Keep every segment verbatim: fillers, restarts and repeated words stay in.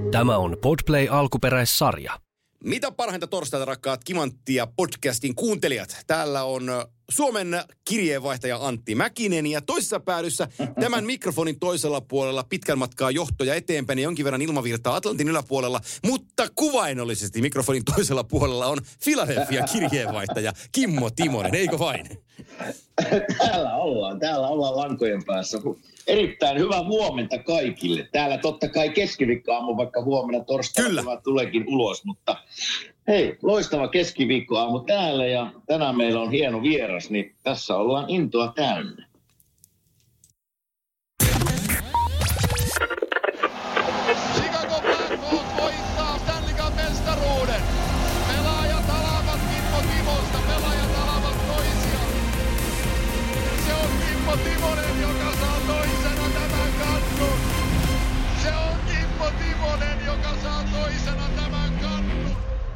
Tämä on Podplay alkuperäissarja. Mitä parhainta torstaita, rakkaat Kimanttia podcastin kuuntelijat. Täällä on Suomen kirjeenvaihtaja Antti Mäkinen ja toisessa päädyssä tämän mikrofonin toisella puolella pitkän matkaa johtoja eteenpäin ja jonkin verran ilmavirtaa Atlantin yläpuolella, mutta kuvainnollisesti mikrofonin toisella puolella on Philadelphia kirjeenvaihtaja Kimmo Timonen, eikö vain? Täällä ollaan, täällä ollaan lankojen päässä. Erittäin hyvää huomenta kaikille. Täällä totta kai keskiviikkoaamu, vaikka huomenna torstaina tämä tuleekin ulos, mutta hei, loistava keskiviikkoaamu täällä ja tänään meillä on hieno vieras, niin tässä ollaan intoa täynnä. Chicago Blackhawks voittaa Stanley Cup -mestaruuden. Pelaajat alavat Kimmo Timosta, pelaajat alavat toisiaan. Se on Kimmo Timonen, joka saa toisena tämän kannun. Se on Kimmo Timonen, joka saa toisena tämän kannun.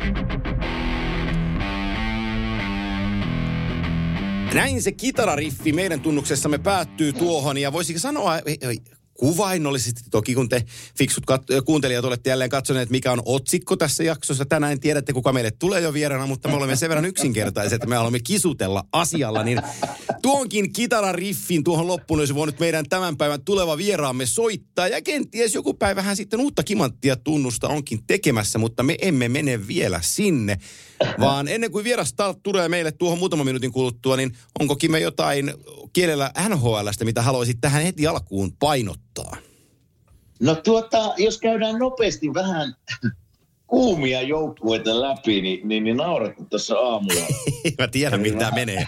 Näin se kitarariffi meidän tunnuksessamme päättyy tuohon ja voisiko sanoa kuvainnollisesti, toki kun te fiksut kat- kuuntelijat olette jälleen katsoneet, mikä on otsikko tässä jaksossa. Tänään tiedätte, kuka meille tulee jo vieraana, mutta me olemme sen verran yksinkertaisia, että me haluamme kisutella asialla. Niin tuonkin kitarariffin tuohon loppuun olisi voinut meidän tämän päivän tuleva vieraamme soittaa. Ja kenties joku päivähän sitten uutta Kimanttia tunnusta onkin tekemässä, mutta me emme mene vielä sinne. Vaan ennen kuin vieras tulee meille tuohon muutaman minuutin kuluttua, niin onko Kime jotain kielellä N H L:stä, mitä haluaisit tähän heti alkuun painottaa? No tuota, jos käydään nopeasti vähän kuumia joukkueita läpi, niin, niin, niin naurattu tuossa aamulla. Mä tiedän, mitä tämä menee.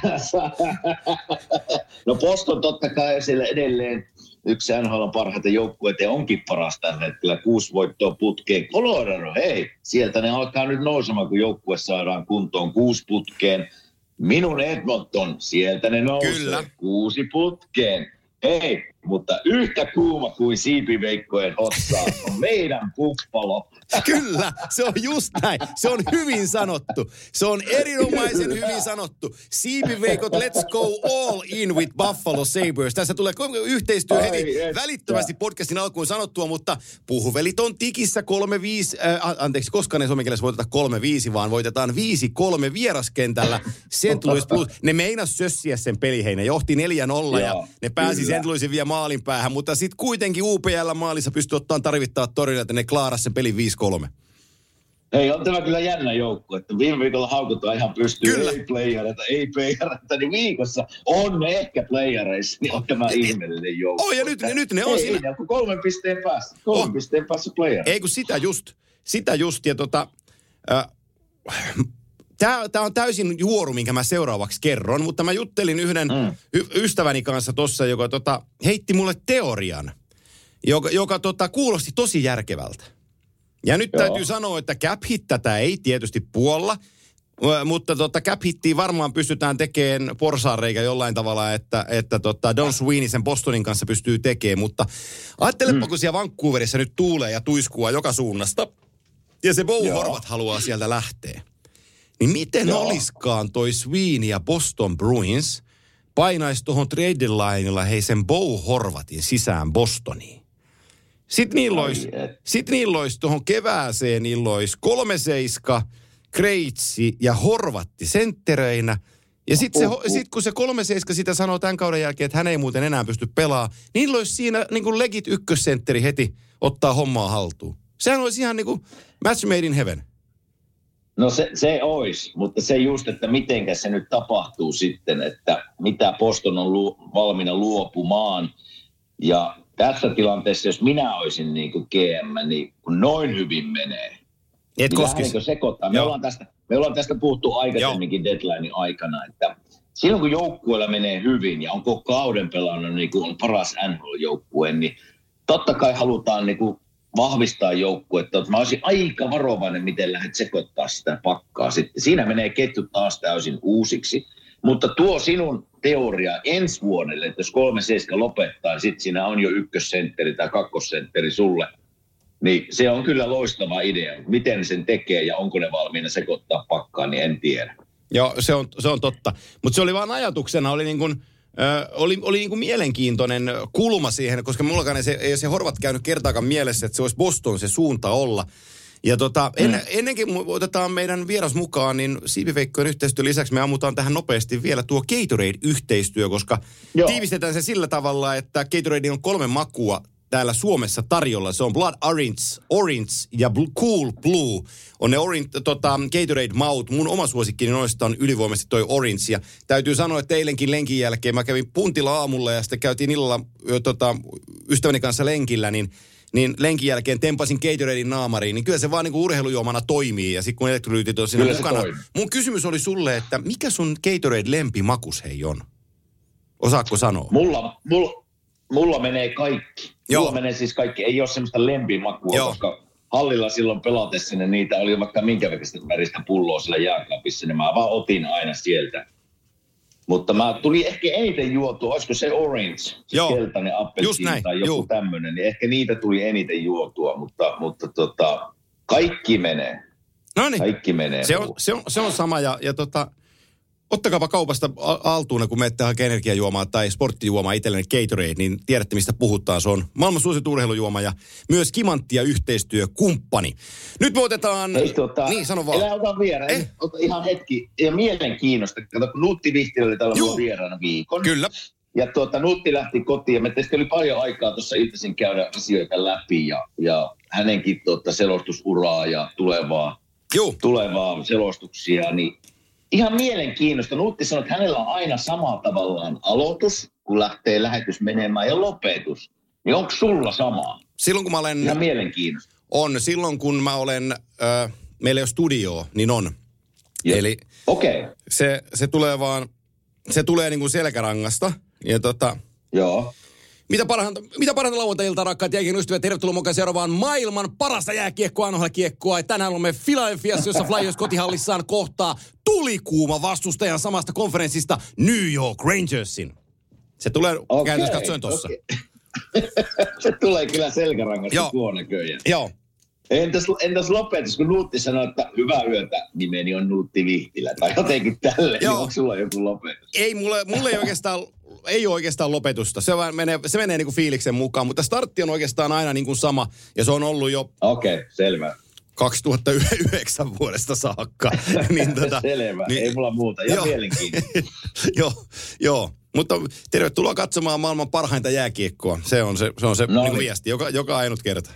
No Boston totta kai siellä edelleen yksi N H L:n parhaita joukkueita ja onkin paras tällä hetkellä. Kuusi voittoa putkeen. Colorado, hei, sieltä ne alkaa nyt nousemaan, kun joukkue saadaan kuntoon kuusi putkeen. Minun Edmonton, sieltä ne nousee. Kyllä. Kuusi putkeen. Hei, mutta yhtä kuuma kuin siipiveikkojen otsaa on meidän Buffalo. Kyllä, se on just näin. Se on hyvin sanottu. Se on erinomaisen hyvin sanottu. Siipiveikot, let's go all in with Buffalo Sabres. Tässä tulee yhteistyö heti Ai, välittömästi podcastin alkuun sanottua, mutta puhuvelit on tikissä kolme viisi, äh, anteeksi, koskaan ei suomenkielessä voiteta kolme viisi, vaan voitetaan viisi kolme vieraskentällä. Saint Louis Blues, ne meinas sössiä sen peliin. Ne johti neljä nolla ja ne pääsi Saint Louisin vielä maalin päähän, mutta sitten kuitenkin U P L maalissa pystyi ottamaan tarvittavat torjunat, että ne klaaras sen pelin viisi kolme. Ei, on tämä kyllä jännä joukko, että viime viikolla haukutaan ihan pystyy, kyllä. ei playereita, ei playereita, niin viikossa on ne ehkä playereissa, niin on tämä ihmeellinen joukko. Oh, ja nyt, nyt ne on ei, siinä. Ei, kun kolmen pisteen päässä, kolmen oh. pisteen päässä playereissa. Ei kun sitä just, sitä just, ja tota... Äh, Tämä, tämä on täysin juoru, minkä mä seuraavaksi kerron, mutta mä juttelin yhden mm. y- ystäväni kanssa tossa, joka tota, heitti mulle teorian, joka, joka tota, kuulosti tosi järkevältä. Ja nyt Joo. täytyy sanoa, että cap hit tätä ei tietysti puolla, mutta tota, cap hittiin varmaan pystytään tekemään porsaanreikä jollain tavalla, että, että tota Don Sweeney sen Bostonin kanssa pystyy tekemään, mutta ajattelepa, mm. kun siellä Vancouverissa nyt tuulee ja tuiskua joka suunnasta, ja se Bo Horvat haluaa sieltä lähteä. Niin miten Joo. oliskaan toi Sweeney ja Boston Bruins painaisi tuohon trade deadlinella hei sen Bo Horvatin sisään Bostoniin? Sitten niillä olisi, sit niillä olisi tuohon kevääseen, niillä olisi kolme seiska, Kreitsi ja Horvatti senttereinä. Ja sitten uh, uh. sit, kun se kolme seiska sitä sanoo tämän kauden jälkeen, että hän ei muuten enää pysty pelaamaan, niillä olisi siinä niin kuin legit ykkössentteri heti ottaa hommaa haltuun. Sehän olisi ihan niin kuin match made in heaven. No se, se olisi, mutta se just, että mitenkä se nyt tapahtuu sitten, että mitä Boston on lu, valmiina luopumaan. Ja tässä tilanteessa, jos minä olisin niin kuin G M, niin kun noin hyvin menee, Et niin lähdenkö sekoittaa. Me ollaan, tästä, me ollaan tästä puhuttu aikaisemminkin deadlinein aikana, että silloin kun joukkueella menee hyvin ja on koko kauden pelannut niin kuin on paras N H L-joukkue, niin totta kai halutaan niin kuin vahvistaa joukkuetta. Mä olisin aika varovainen, miten lähdet sekoittaa sitä pakkaa sitten. Siinä menee ketju taas täysin uusiksi. Mutta tuo sinun teoria ensi vuodelle, että jos kolme seiska lopettaa, niin sitten siinä on jo ykkössentteri tai kakkosentteri sulle. Niin se on kyllä loistava idea. Miten sen tekee ja onko ne valmiina sekoittaa pakkaa, niin en tiedä. Joo, se on, se on totta. Mutta se oli vaan ajatuksena, oli niin kuin Ö, oli oli niin kuin mielenkiintoinen kulma siihen, koska mullakaan ei se, ei se Horvat käynyt kertaakaan mielessä, että se olisi Boston se suunta olla. Ja tota, mm. en, ennenkin otetaan meidän vieras mukaan, niin siipiveikkojen yhteistyön lisäksi me ammutaan tähän nopeasti vielä tuo Gatorade-yhteistyö, koska Joo. tiivistetään se sillä tavalla, että Gatorade on kolme makua täällä Suomessa tarjolla. Se on Blood Orange, Orange ja Blue, Cool Blue. On ne orange, tota, Gatorade-maut. Mun oma suosikkini noista on ylivoimaisesti toi Orange. Ja täytyy sanoa, että eilenkin lenkin jälkeen mä kävin puntilla aamulla ja sitten käytiin illalla tota, ystäväni kanssa lenkillä, niin niin lenkin jälkeen tempasin Gatoradein naamariin, niin kyllä se vaan niin kuin urheilujuomana toimii. Ja sitten kun elektrolyytit on siinä kyllä mukana. Mun kysymys oli sulle, että mikä sun Gatorade-lempimakus hei on? Osaatko sanoa? Mulla, mulla, mulla menee kaikki. Joo. Mulla menee siis kaikki. Ei ole semmoista lempimakua, Joo. koska hallilla silloin pelatessa niitä oli vaikka minkä väristä pulloa sillä jääkaapissa, niin mä vaan otin aina sieltä. Mutta mä tuli ehkä eniten juotua, olisiko se orange, se Joo. keltainen appelsiini tai joku Joo. tämmöinen, niin ehkä niitä tuli eniten juotua, mutta, mutta tota, kaikki menee. Noniin. Kaikki menee. Se on, se on, se on sama ja, ja tota, ottakaapa kaupasta altuuna, kun menette hakemaan energiajuomaa tai sporttijuomaa itsellenne Gatorade, niin tiedätte, mistä puhutaan. Se on maailman suosittu urheilujuoma ja myös kimanttia yhteistyökumppani. Nyt me otetaan... Ei, tota, niin, sano vaan. Elä ota vieraan. Eh? Ota ihan hetki. Ja mielenkiinnosta. Kato, kun Nuutti Vihti oli täällä mulla vieraana viikon. Kyllä. Ja tuota, Nuutti lähti kotiin ja me tietysti oli paljon aikaa tuossa iltaisin käydä asioita läpi ja, ja hänenkin tuota, selostusuraa ja tulevaa, tulevaa selostuksia, niin ihan mielenkiinnosta. Nuutti sanoi, että hänellä on aina sama tavallaan aloitus, kun lähtee lähetys menemään ja lopetus. Niin onko sulla samaa? Silloin kun mä olen... Ihan mielenkiinnosta. On. Silloin kun mä olen... Äh, meillä ei ole studioa, niin on. Ja. Eli okay. se, se tulee vaan... Se tulee niin kuin selkärangasta. Ja tota... Joo. Mitä parhainta, mitä parhainta lauantai-iltaa, rakkaat jääkiekon ystävät. Tervetuloa mukaan seuraavaan maailman parasta jääkiekkoa, N H L-kiekkoa. Tänään olemme Philadelphiassa, jossa Flyers kotihallissaan kohtaa tulikuuma vastustajan samasta konferenssista New York Rangersin. Se tulee okay, käytössä katsoen tossa. Okay. Se tulee kyllä selkärangasta tuo näköjään. Joo. Entäs, entäs lopetus, kun Nuutti sanoi, että hyvää yötä, nimeni on Nuutti Vihtilä, tai jotenkin tälleen, niin onko sulla joku lopetus? Ei, mulle, mulle ei oikeastaan, ei ole oikeastaan lopetusta, se, vaan menee, se menee niin kuin fiiliksen mukaan, mutta startti on oikeastaan aina niin kuin sama, ja se on ollut jo... Okei, okay, selvä. kaksituhattayhdeksän vuodesta saakka. niin, tota, selvä, niin, ei mulla muuta, ja mielenkiintoista. joo, joo. Mutta tervetuloa katsomaan maailman parhainta jääkiekkoa, se on se, se, on se no, niin viesti, joka, joka ainut kerta.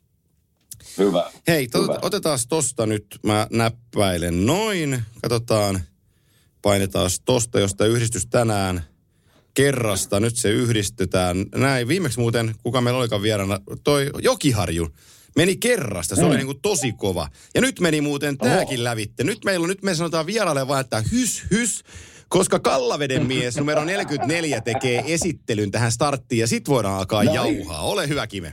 Hyvä. Hei, to, Hyvä. otetaan tosta nyt, mä näppäilen noin, katsotaan, painetaan tosta, josta yhdistys tänään kerrasta, nyt se yhdistetään näin. Viimeksi muuten, kuka meillä olikaan vieraana, toi Jokiharju meni kerrasta, se mm. oli niinku tosi kova. Ja nyt meni muuten tääkin lävitte. Nyt meillä on, nyt me sanotaan vieraille vaan, että hys, hys, koska Kallaveden mies numero neljäkymmentäneljä tekee esittelyn tähän starttiin ja sit voidaan alkaa no, jauhaa. Ole hyvä, Kime.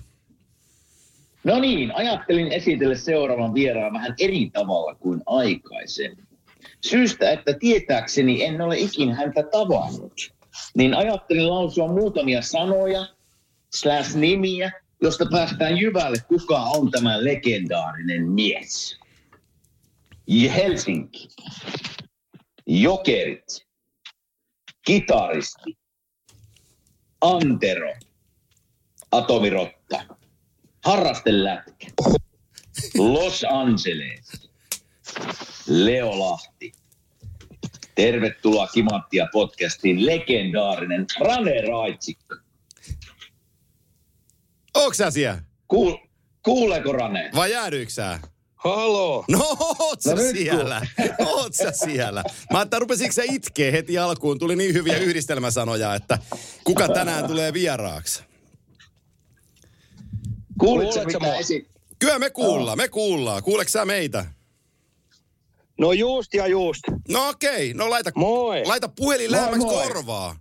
No niin, ajattelin esitellä seuraavan vieraan vähän eri tavalla kuin aikaisemmin. Syystä, että tietääkseni en ole ikinä häntä tavannut, niin ajattelin lausua muutamia sanoja, slash nimiä, josta päästään jyvälle, kuka on tämä legendaarinen mies. Helsinki, Jokerit, kitaristi, Antero, Atomirotta. Harrastelätkä. Los Angeles. Leo Lahti. Tervetuloa Kimanttia podcastiin legendaarinen Rane Raitsikko. Ootko sä siellä? Kuul, kuuleeko Rane? Vai jäädyykö sä? Haloo. No oot sä no, siellä? Oot sä siellä? Mä ajattelin, rupesinko sä itkee heti alkuun? Tuli niin hyviä yhdistelmäsanoja, että kuka tänään tulee vieraaksi? Kuulitko mitä esi... Kyllä me kuullaan, me kuullaan. Kuuleeko sä meitä? No just ja just. No okei, okay. No laita, moi. laita puhelin lähemmäksi korvaa.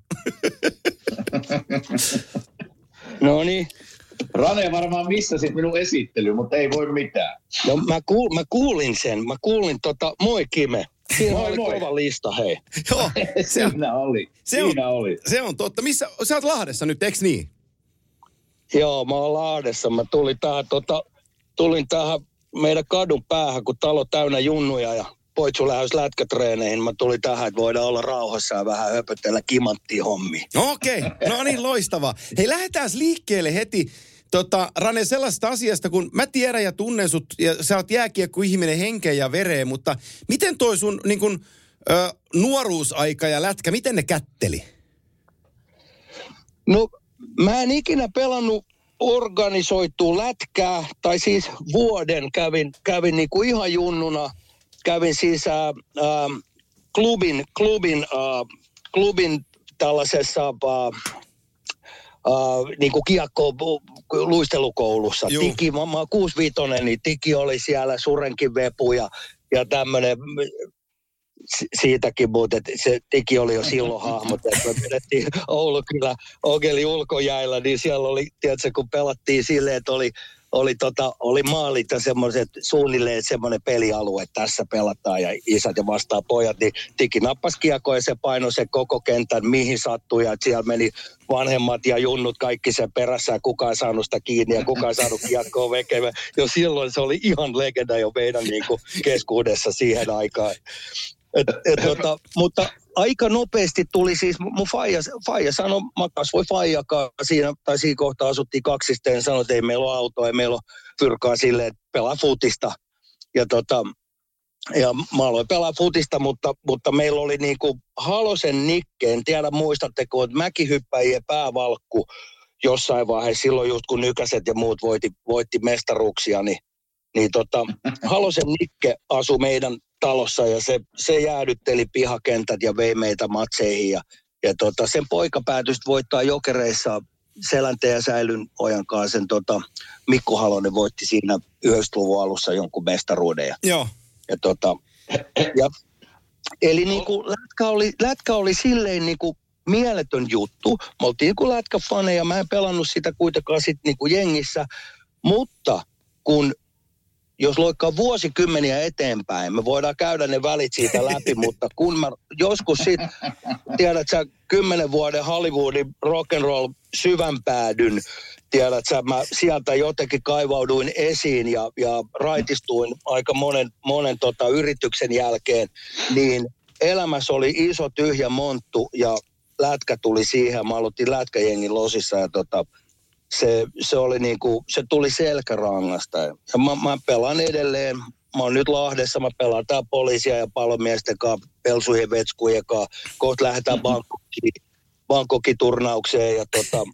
No niin. Rane varmaan missasit minun esittely, mutta ei voi mitään. No mä, kuul, mä kuulin sen, mä kuulin tota, moi Kime. Siinä moi, oli moi. Kova lista, hei. Joo. Se, Siinä oli, se Siinä on, oli. Se on totta. Missä, sä oot Lahdessa nyt, eikö niin? Joo, mä oon Lahdessa. Mä tulin tähän, tota, tulin tähän meidän kadun päähän, kun talo täynnä junnuja ja poitsu lähes lätkätreeneihin. Mä tulin tähän, että voidaan olla rauhassa ja vähän höpötellä kimanttia hommia. Okei, okay. No niin, loistavaa. Hei, lähdetään liikkeelle heti. Tota, Rane, sellaista asiasta, kun mä tiedän ja tunnen sut, ja sä oot jääkiekko-ihminen henkeen ja vereen, mutta miten toi sun niin kun, ö, nuoruusaika ja lätkä, miten ne kätteli? No, mä en ikinä pelannut organisoitua lätkää, tai siis vuoden kävin, kävin niinku ihan junnuna. Kävin siis ää, ää, klubin, klubin, ää, klubin tällaisessa ää, ää, niinku kiekko luistelukoulussa. Tiki, mä, mä oon kuusivitonen, niin Tiki oli siellä, Surenkin Vepu ja, ja tämmönen, siitäkin muuten, se Tiki oli jo silloin hahmot, että me pidettiin Oulukylä Ogeli ulkojäillä, niin siellä oli, tiedätkö, kun pelattiin silleen, että oli Oli, tota, oli maalit ja semmoiset suunnilleen semmoinen pelialue, tässä pelataan ja isät ja vastaa pojat, niin Tiki nappasi kiekko ja se painoi sen koko kentän, mihin sattui ja siellä meni vanhemmat ja junnut kaikki sen perässä ja kukaan ei saanut sitä kiinni ja kukaan ei saanut kiekkoa vekemään. Jo silloin se oli ihan legenda jo meidän niin kuin keskuudessa siihen aikaan. Et, et, tota, mutta aika nopeasti tuli siis, mun faija, faija sanoi, mä kasvoin faijakaan siinä, tai siinä kohtaa asuttiin kaksisteen, sanoi, että ei meillä ole autoa, ei meillä ole fyrkaa silleen, että pelaa futista. Ja, tota, ja mä aloin pelaa futista, mutta, mutta meillä oli niinku Halosen Nikke, en tiedä muistatteko, että mäkihyppäjien päävalkku jossain vaiheessa, silloin just kun Nykäset ja muut voitti, voitti mestaruuksia, niin, niin tota, Halosen Nikke asui meidän talossa ja se, se jäädytteli pihakentät ja vei meitä matseihin ja, ja tota, sen poika päätyi voittaa Jokereissa Selänteen ja Säilyn ojan kanssa. Sen tota, Mikko Halonen voitti siinä yhdeksänkymmentäluvun alussa jonkun mestaruuden. Ja, Joo. Ja tota, ja, eli niinku lätkä oli, lätkä oli silleen niinku mieletön juttu. Me oltiin niinku lätkäfaneja, mä en pelannut sitä kuitenkaan sit niinku jengissä, mutta kun jos loikkaa vuosikymmeniä eteenpäin, me voidaan käydä ne välit siitä läpi, mutta kun mä joskus sitten, tiedät sä, kymmenen vuoden Hollywoodin rock'n'roll syvänpäädyn, tiedät sä, mä sieltä jotenkin kaivauduin esiin ja, ja raitistuin aika monen, monen tota, yrityksen jälkeen, niin elämässä oli iso tyhjä monttu ja lätkä tuli siihen, mä aloitin lätkäjengin losissa ja tota, Se, se oli niinku, se tuli selkärangasta. Ja mä, mä pelaan edelleen. Mä oon nyt Lahdessa, mä pelaan tää poliisia ja palomiesten kanssa, pelsujen vetskujen kanssa. Kohta lähdetään Bangkokiin, Bangkokin turnaukseen ja tota,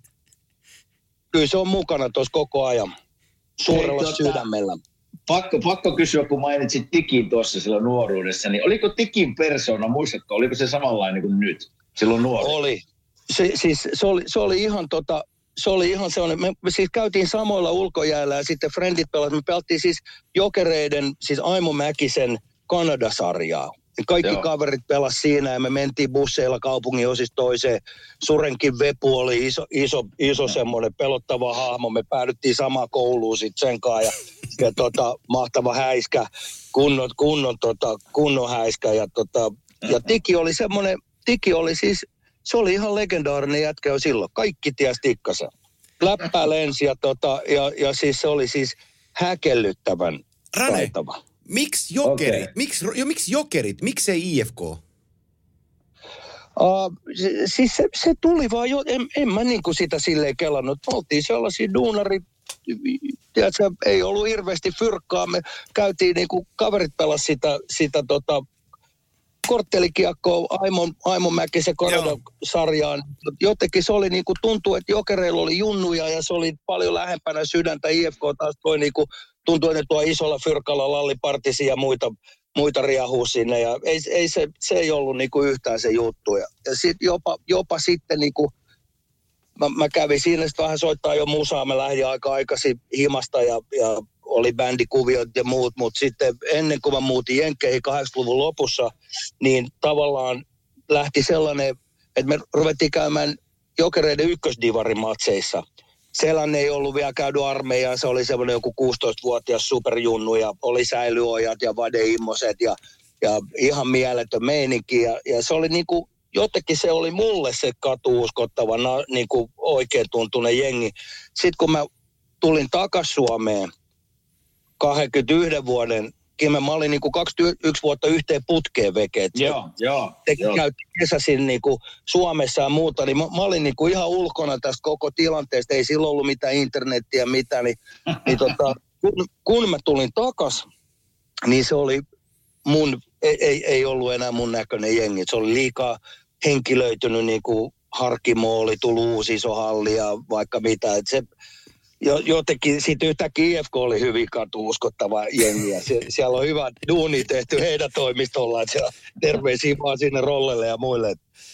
kyllä se on mukana tuossa koko ajan. Suurella Hei, tota, sydämellä. Pakko, pakko kysyä, kun mainitsit Tikin tuossa silloin nuoruudessa, niin oliko Tikin persona, muistatko, oliko se samanlainen kuin nyt silloin nuoruudessa? Oli. Se, siis, se, oli, se oli ihan tota... Se oli ihan sellainen, me, me siis käytiin samoilla ulkojäällä ja sitten frendit pelasivat. Me pelattiin siis Jokereiden, siis Aimo Mäkisen Kanada-sarjaa. Kaikki Joo. kaverit pelasivat siinä ja me mentiin busseilla kaupungin osista toiseen. Surenkin Vepu oli iso, iso, iso semmoinen pelottava hahmo. Me päädyttiin samaan kouluun sitten sen kanssa ja, ja tota, mahtava häiskä, kunnon, kunnon, tota, kunnon häiskä. Ja, tota, ja Tiki oli semmoinen, Tiki oli siis... Se oli ihan legendaarinen jätkä jo silloin. Kaikki ties Tikkasen. Läppää lensi ja, tota, ja, ja siis se oli siis häkellyttävän Rane, taitava. Miksi jokerit? Okay. Miksi jo, miksi jokerit? Miksi ei I F K? Uh, siis se, se tuli vaan jo, en, en mä niinku sitä silleen kelannut. Me oltiin sellaisia duunari, tiedätkö, ei ollut hirveästi fyrkkaa. Me käytiin niinku, kaverit pelasi sitä, sitä tota, korttelikiekkoa Aimon, Aimon Mäkisen Kanada-sarjaan. Jotenkin se oli niinku, tuntuu, että Jokereilla oli junnuja ja se oli paljon lähempänä sydäntä. I F K taas toi niinku, tuntuu, että tuo isolla fyrkalla lallipartisia ja muita, muita riahuu sinne. Ja ei, ei se, se ei ollut niinku yhtään se juttu. Ja, ja sit jopa, jopa sitten niinku, mä, mä kävin siinä sitten vähän soittaa jo musaa. Mä lähdin aika aikaisin himasta ja, ja oli bändikuviot ja muut, mutta sitten ennen kuin mä muutin Jenkkeihin kahdeksankymmentäluvun lopussa, niin tavallaan lähti sellainen, että me ruvettiin käymään Jokereiden ykkösdivarimatseissa. Sellainen ei ollut vielä käynyt armeijaa, se oli semmoinen joku kuusitoistavuotias superjunnu ja oli säilyojat ja vadeimmoset ja, ja ihan mieletön meininki. Ja, ja se oli niinku, jotenkin se oli mulle se katuuskottava, niinku oikein tuntunen jengi. Sitten kun mä tulin takas Suomeen, kaksikymmentäyhden vuoden yhtäkkiä mä, mä olin niinku kaksikymmentäyksi vuotta yhteen putkeen veke. Joo, joo. Tekin käytti kesäsin niinku Suomessa ja muuta, niin mä, mä olin niinku ihan ulkona tästä koko tilanteesta. Ei silloin ollut mitään internettiä, mitään. Niin, niin tota, kun, kun mä tulin takas, niin se oli mun, ei, ei, ei ollut enää mun näköinen jengi. Se oli liikaa henkilöitynyt, niinku Harkimo oli tullut uusi iso halli ja vaikka mitä. Et se, jotenkin sitten yhtäkkiä I F K oli hyvin katu-uskottava jengiä. Sie, siellä on hyvä duuni tehty heidän toimistollaan. Siellä terveisiä vaan sinne Rollelle ja muille.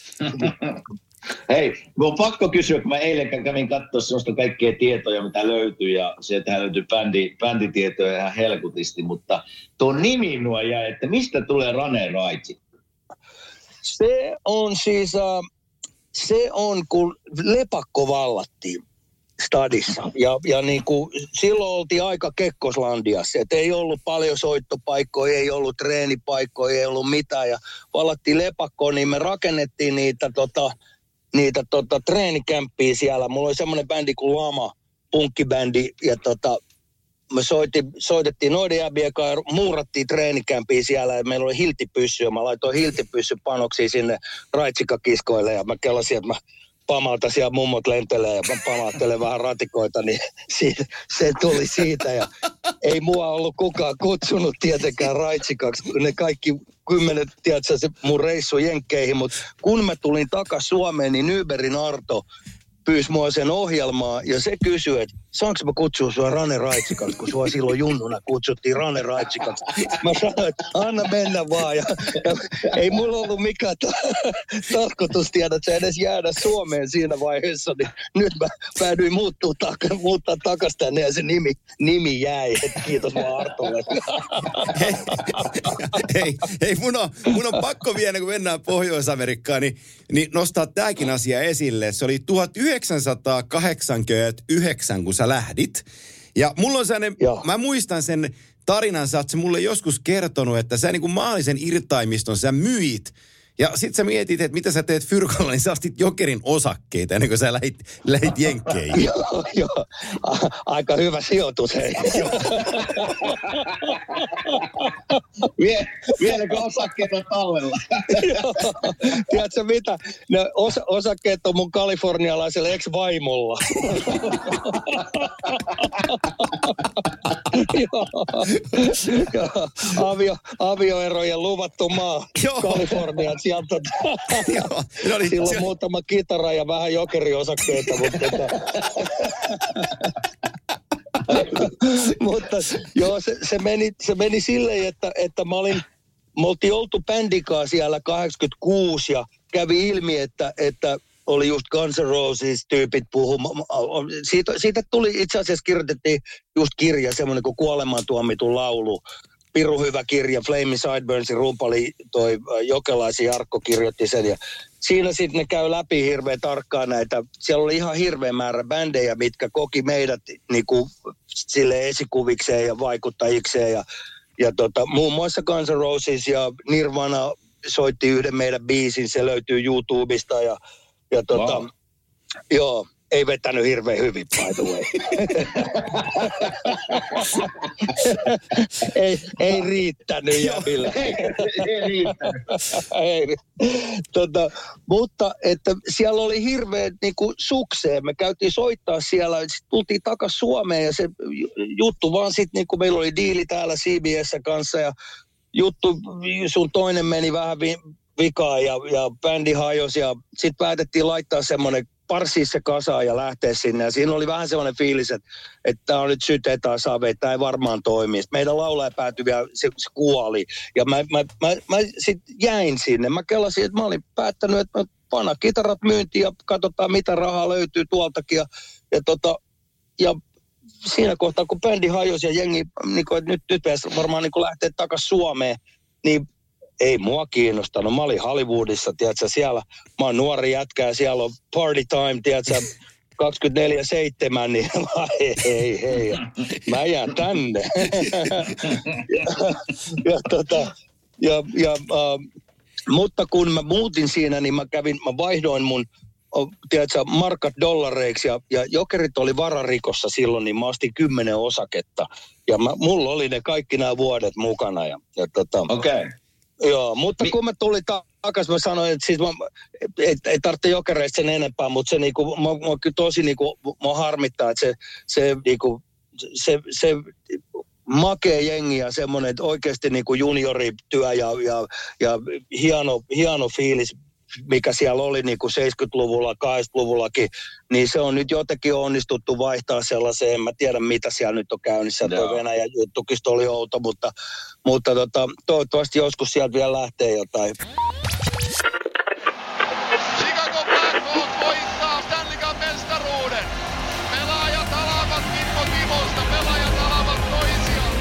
Hei, mun on pakko kysyä, kun mä eilen kävin katsoa sellaista kaikkea tietoja, mitä löytyy, ja sieltähän löytyy bändi, bänditietoja ihan helkutisti, mutta tuo nimi nuo jäi, että mistä tulee Rane Raitsi? Se on siis, uh, se on kun lepakko vallattiin stadissa. Ja, ja niin kuin, silloin oltiin aika Kekkoslandiassa. Et ei ollut paljon soittopaikkoja, ei ollut treenipaikkoja, ei ollut mitään. Ja vallattiin lepakkoon, niin me rakennettiin niitä, tota, niitä tota, treenikämppiä siellä. Mulla oli semmoinen bändi kuin Lama, punkkibändi. Ja tota, me soitin, soitettiin noiden jäbien kanssa ja muurattiin treenikämpiä siellä. Ja meillä oli hiltipyssyä. Mä laitoin hiltipyssypanoksia sinne Raitsikakiskoille ja mä kelasin, että mä pamalta siellä mummot lentelee ja mä pamauttelen vähän ratikoita, niin siitä, se tuli siitä. Ja ei mua ollut kukaan kutsunut tietenkään Raitsikaksi. Ne kaikki kymmenet, tiedätkö, se mun reissu jenkkeihin, mutta kun mä tulin takas Suomeen, niin Nyberin Arto pyysi mua sen ohjelmaa ja se kysyi, että saanko mä kutsua sua Rane Raitsikaksi, kun sua silloin junnuna kutsuttiin Rane Raitsikaksi. Mä sanoin, että anna mennä vaan. Ja, ja ei mulla ollut mikään ta- tarkoitus tiedä, että se edes jäädä Suomeen siinä vaiheessa. Niin nyt mä päädyin muuttua tak- muuttaa takaisin tänne ja se nimi, nimi jäi. Et kiitos vaan Artolle. Hei, hei, hei mun, on, mun on pakko vielä, kun mennään Pohjois-Amerikkaan, niin, niin nostaa tämäkin asia esille. Se oli tuhatyhdeksänsataakahdeksankymmentäyhdeksän, kun sä lähdit. Ja mulla on sellainen, Joo. mä muistan sen tarinan, sä oot se mulle joskus kertonut, että sä niin kuin maallisen irtaimiston sä myit. Ja sit sä mietit, että mitä sä teet Fyrkalla, niin sä ostit Jokerin osakkeita ennen kuin sä lähit, lähit jenkkeihin. Joo, joo. A- aika hyvä sijoitus, hei. Vie, vieläkö osakkeet on tallella? Joo. Tiedätkö mitä? Ne os- osakkeet on mun kalifornialaisella ex-vaimolla. Joo. Joo. Avio, avioerojen luvattu maa. Joo. Kaliforniat sieltä. Joo. No niin, Silloin se... muutama kitara ja vähän jokeriosakkeita, mutta... mutta joo, se, se, meni, se meni silleen, että, että mä olin... Me oltiin oltu bändikaa siellä kahdeksankymmentäkuusi ja kävi ilmi, että, että oli just Guns N' Roses-tyypit puhumaan. Siitä, siitä tuli, itse asiassa kirjoitettiin just kirja, semmoinen kuin Kuolemaan tuomitun laulu. Pirun hyvä kirja, Flaming Sideburns, rumpali, toi Jokelaisen Jarkko kirjoitti sen. Ja siinä sitten ne käy läpi hirveän tarkkaan näitä. Siellä oli ihan hirveä määrä bändejä, mitkä koki meidät niinku sille esikuvikseen ja vaikuttajikseen. Ja, ja tota, muun muassa Guns N' Roses ja Nirvana soitti yhden meidän biisin, se löytyy YouTubesta. Ja, ja tota, wow. Joo. Ei vetänyt hirveän hyvin, by the way. ei, ei riittänyt jäbillä. ei, ei riittänyt. ei, tota, mutta että siellä oli hirveä niin kuin sukseen. Me käytiin soittaa siellä, sitten tultiin takaisin Suomeen ja se juttu vaan sitten, niin kuin meillä oli diili täällä C B S kanssa ja juttu sun toinen meni vähän vi- vikaan ja, ja bändi hajosi ja sitten päätettiin laittaa semmoinen parsia se kasaan ja lähteä sinne. Ja siinä oli vähän sellainen fiilis, että, että tämä on nyt syte tai save, että tämä ei varmaan toimi. Sitten meidän laulaja päätyi vielä, se, se kuoli. Ja mä, mä, mä, mä sitten jäin sinne. Mä kelasin, että mä olin päättänyt, että mä panna kitarat myyntiin ja katsotaan, mitä rahaa löytyy tuoltakin. Ja, ja, tota, ja siinä kohtaa, kun bändi hajosi ja jengi, niin kuin, että nyt, nyt varmaan niin lähtee takaisin Suomeen, niin ei mua kiinnostanut. Mä olin Hollywoodissa, tiedätkö, siellä. Mä oon nuori jätkä ja siellä on party time, tiedätkö, kaksikymmentäneljä seitsemän, niin hei, hei, hei. Mä jään tänne. ja, ja, tota, ja, ja, uh, mutta kun mä muutin siinä, niin mä kävin, mä vaihdoin mun tiedätkö, markat dollareiksi ja, ja Jokerit oli vararikossa silloin, niin mä ostin kymmenen osaketta. Ja mä, mulla oli ne kaikki nämä vuodet mukana. Ja, ja tota, Okei. Okay. Joo, mutta Mi- kun mä tulin takaisin, mä sanoin, että siis mä, ei, ei tarvitse Jokereista sen enempää, mutta se niinku, mä, mä kyllä tosi niinku, mä harmittaa, että se, se niinku, se, se makea jengi ja semmoinen, että oikeasti niinku juniorityö ja, ja, ja hieno, hieno fiilis, mikä siellä oli niin kuin seitsemänkymmentäluvulla, kahdeksankymmentäluvullakin, niin se on nyt jotenkin onnistuttu vaihtaa sellaiseen, en mä tiedä mitä siellä nyt on käynnissä, tuo Venäjän juttukin oli outo, mutta, mutta tota, toivottavasti joskus sieltä vielä lähtee jotain. Chicago Blackhawks voittaa Stanley Cup -mestaruuden. Pelaajat alavat Kimmo Timosta, pelaajat alavat toisiaan.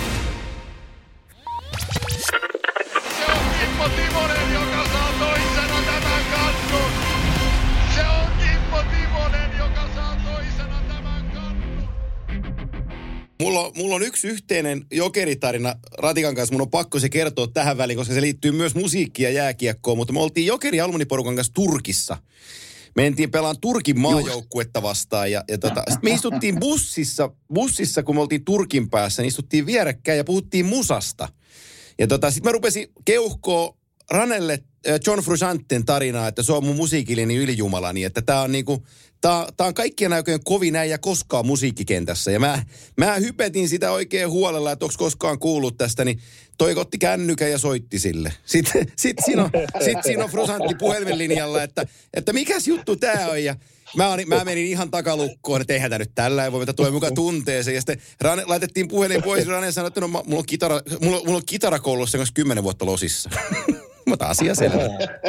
Se on Kimmo Timonen, joka saa toisena tämän kannun. Se on Kimmo Timonen, joka saa toisena tämän kannun. Mulla on, mulla on yksi yhteinen jokeritarina Ratikan kanssa. Mun on pakko se kertoa tähän väliin, koska se liittyy myös musiikkiin ja jääkiekkoon. Mutta me oltiin Jokeri Alumniporukan kanssa Turkissa. Mentiin pelaan Turkin maajoukkuetta vastaan. Ja, ja tota, sit me istuttiin bussissa, bussissa, kun me oltiin Turkin päässä, niin istuttiin vierekkäin ja puhuttiin musasta. Ja tota, sitten mä rupesin keuhkoa Ranelle John Fruscianten tarinaa, että se on mun musiikillinen ylijumalani, että tää on niinku, tää, tää on kaikkien aikojen kovin äijä koskaan musiikkikentässä. Ja mä, mä hypetin sitä oikein huolella, että onko koskaan kuullut tästä, niin toi otti kännykän ja soitti sille. Sitten sit siinä on, sit siinä on Frusciantti puhelimenlinjalla, että, että mikäs juttu tää on, ja Mä, olin, mä menin ihan takalukkoon, että eihän tää nyt tällä, ei voi vetää tuo mukaan tunteeseen. Ja sitten Rane, laitettiin puhelin pois, ja Rane sanoi, että no, mulla on, kitara, mulla, mulla on kitarakoulussa kanssa kymmenen vuotta losissa. Mutta asia selvä.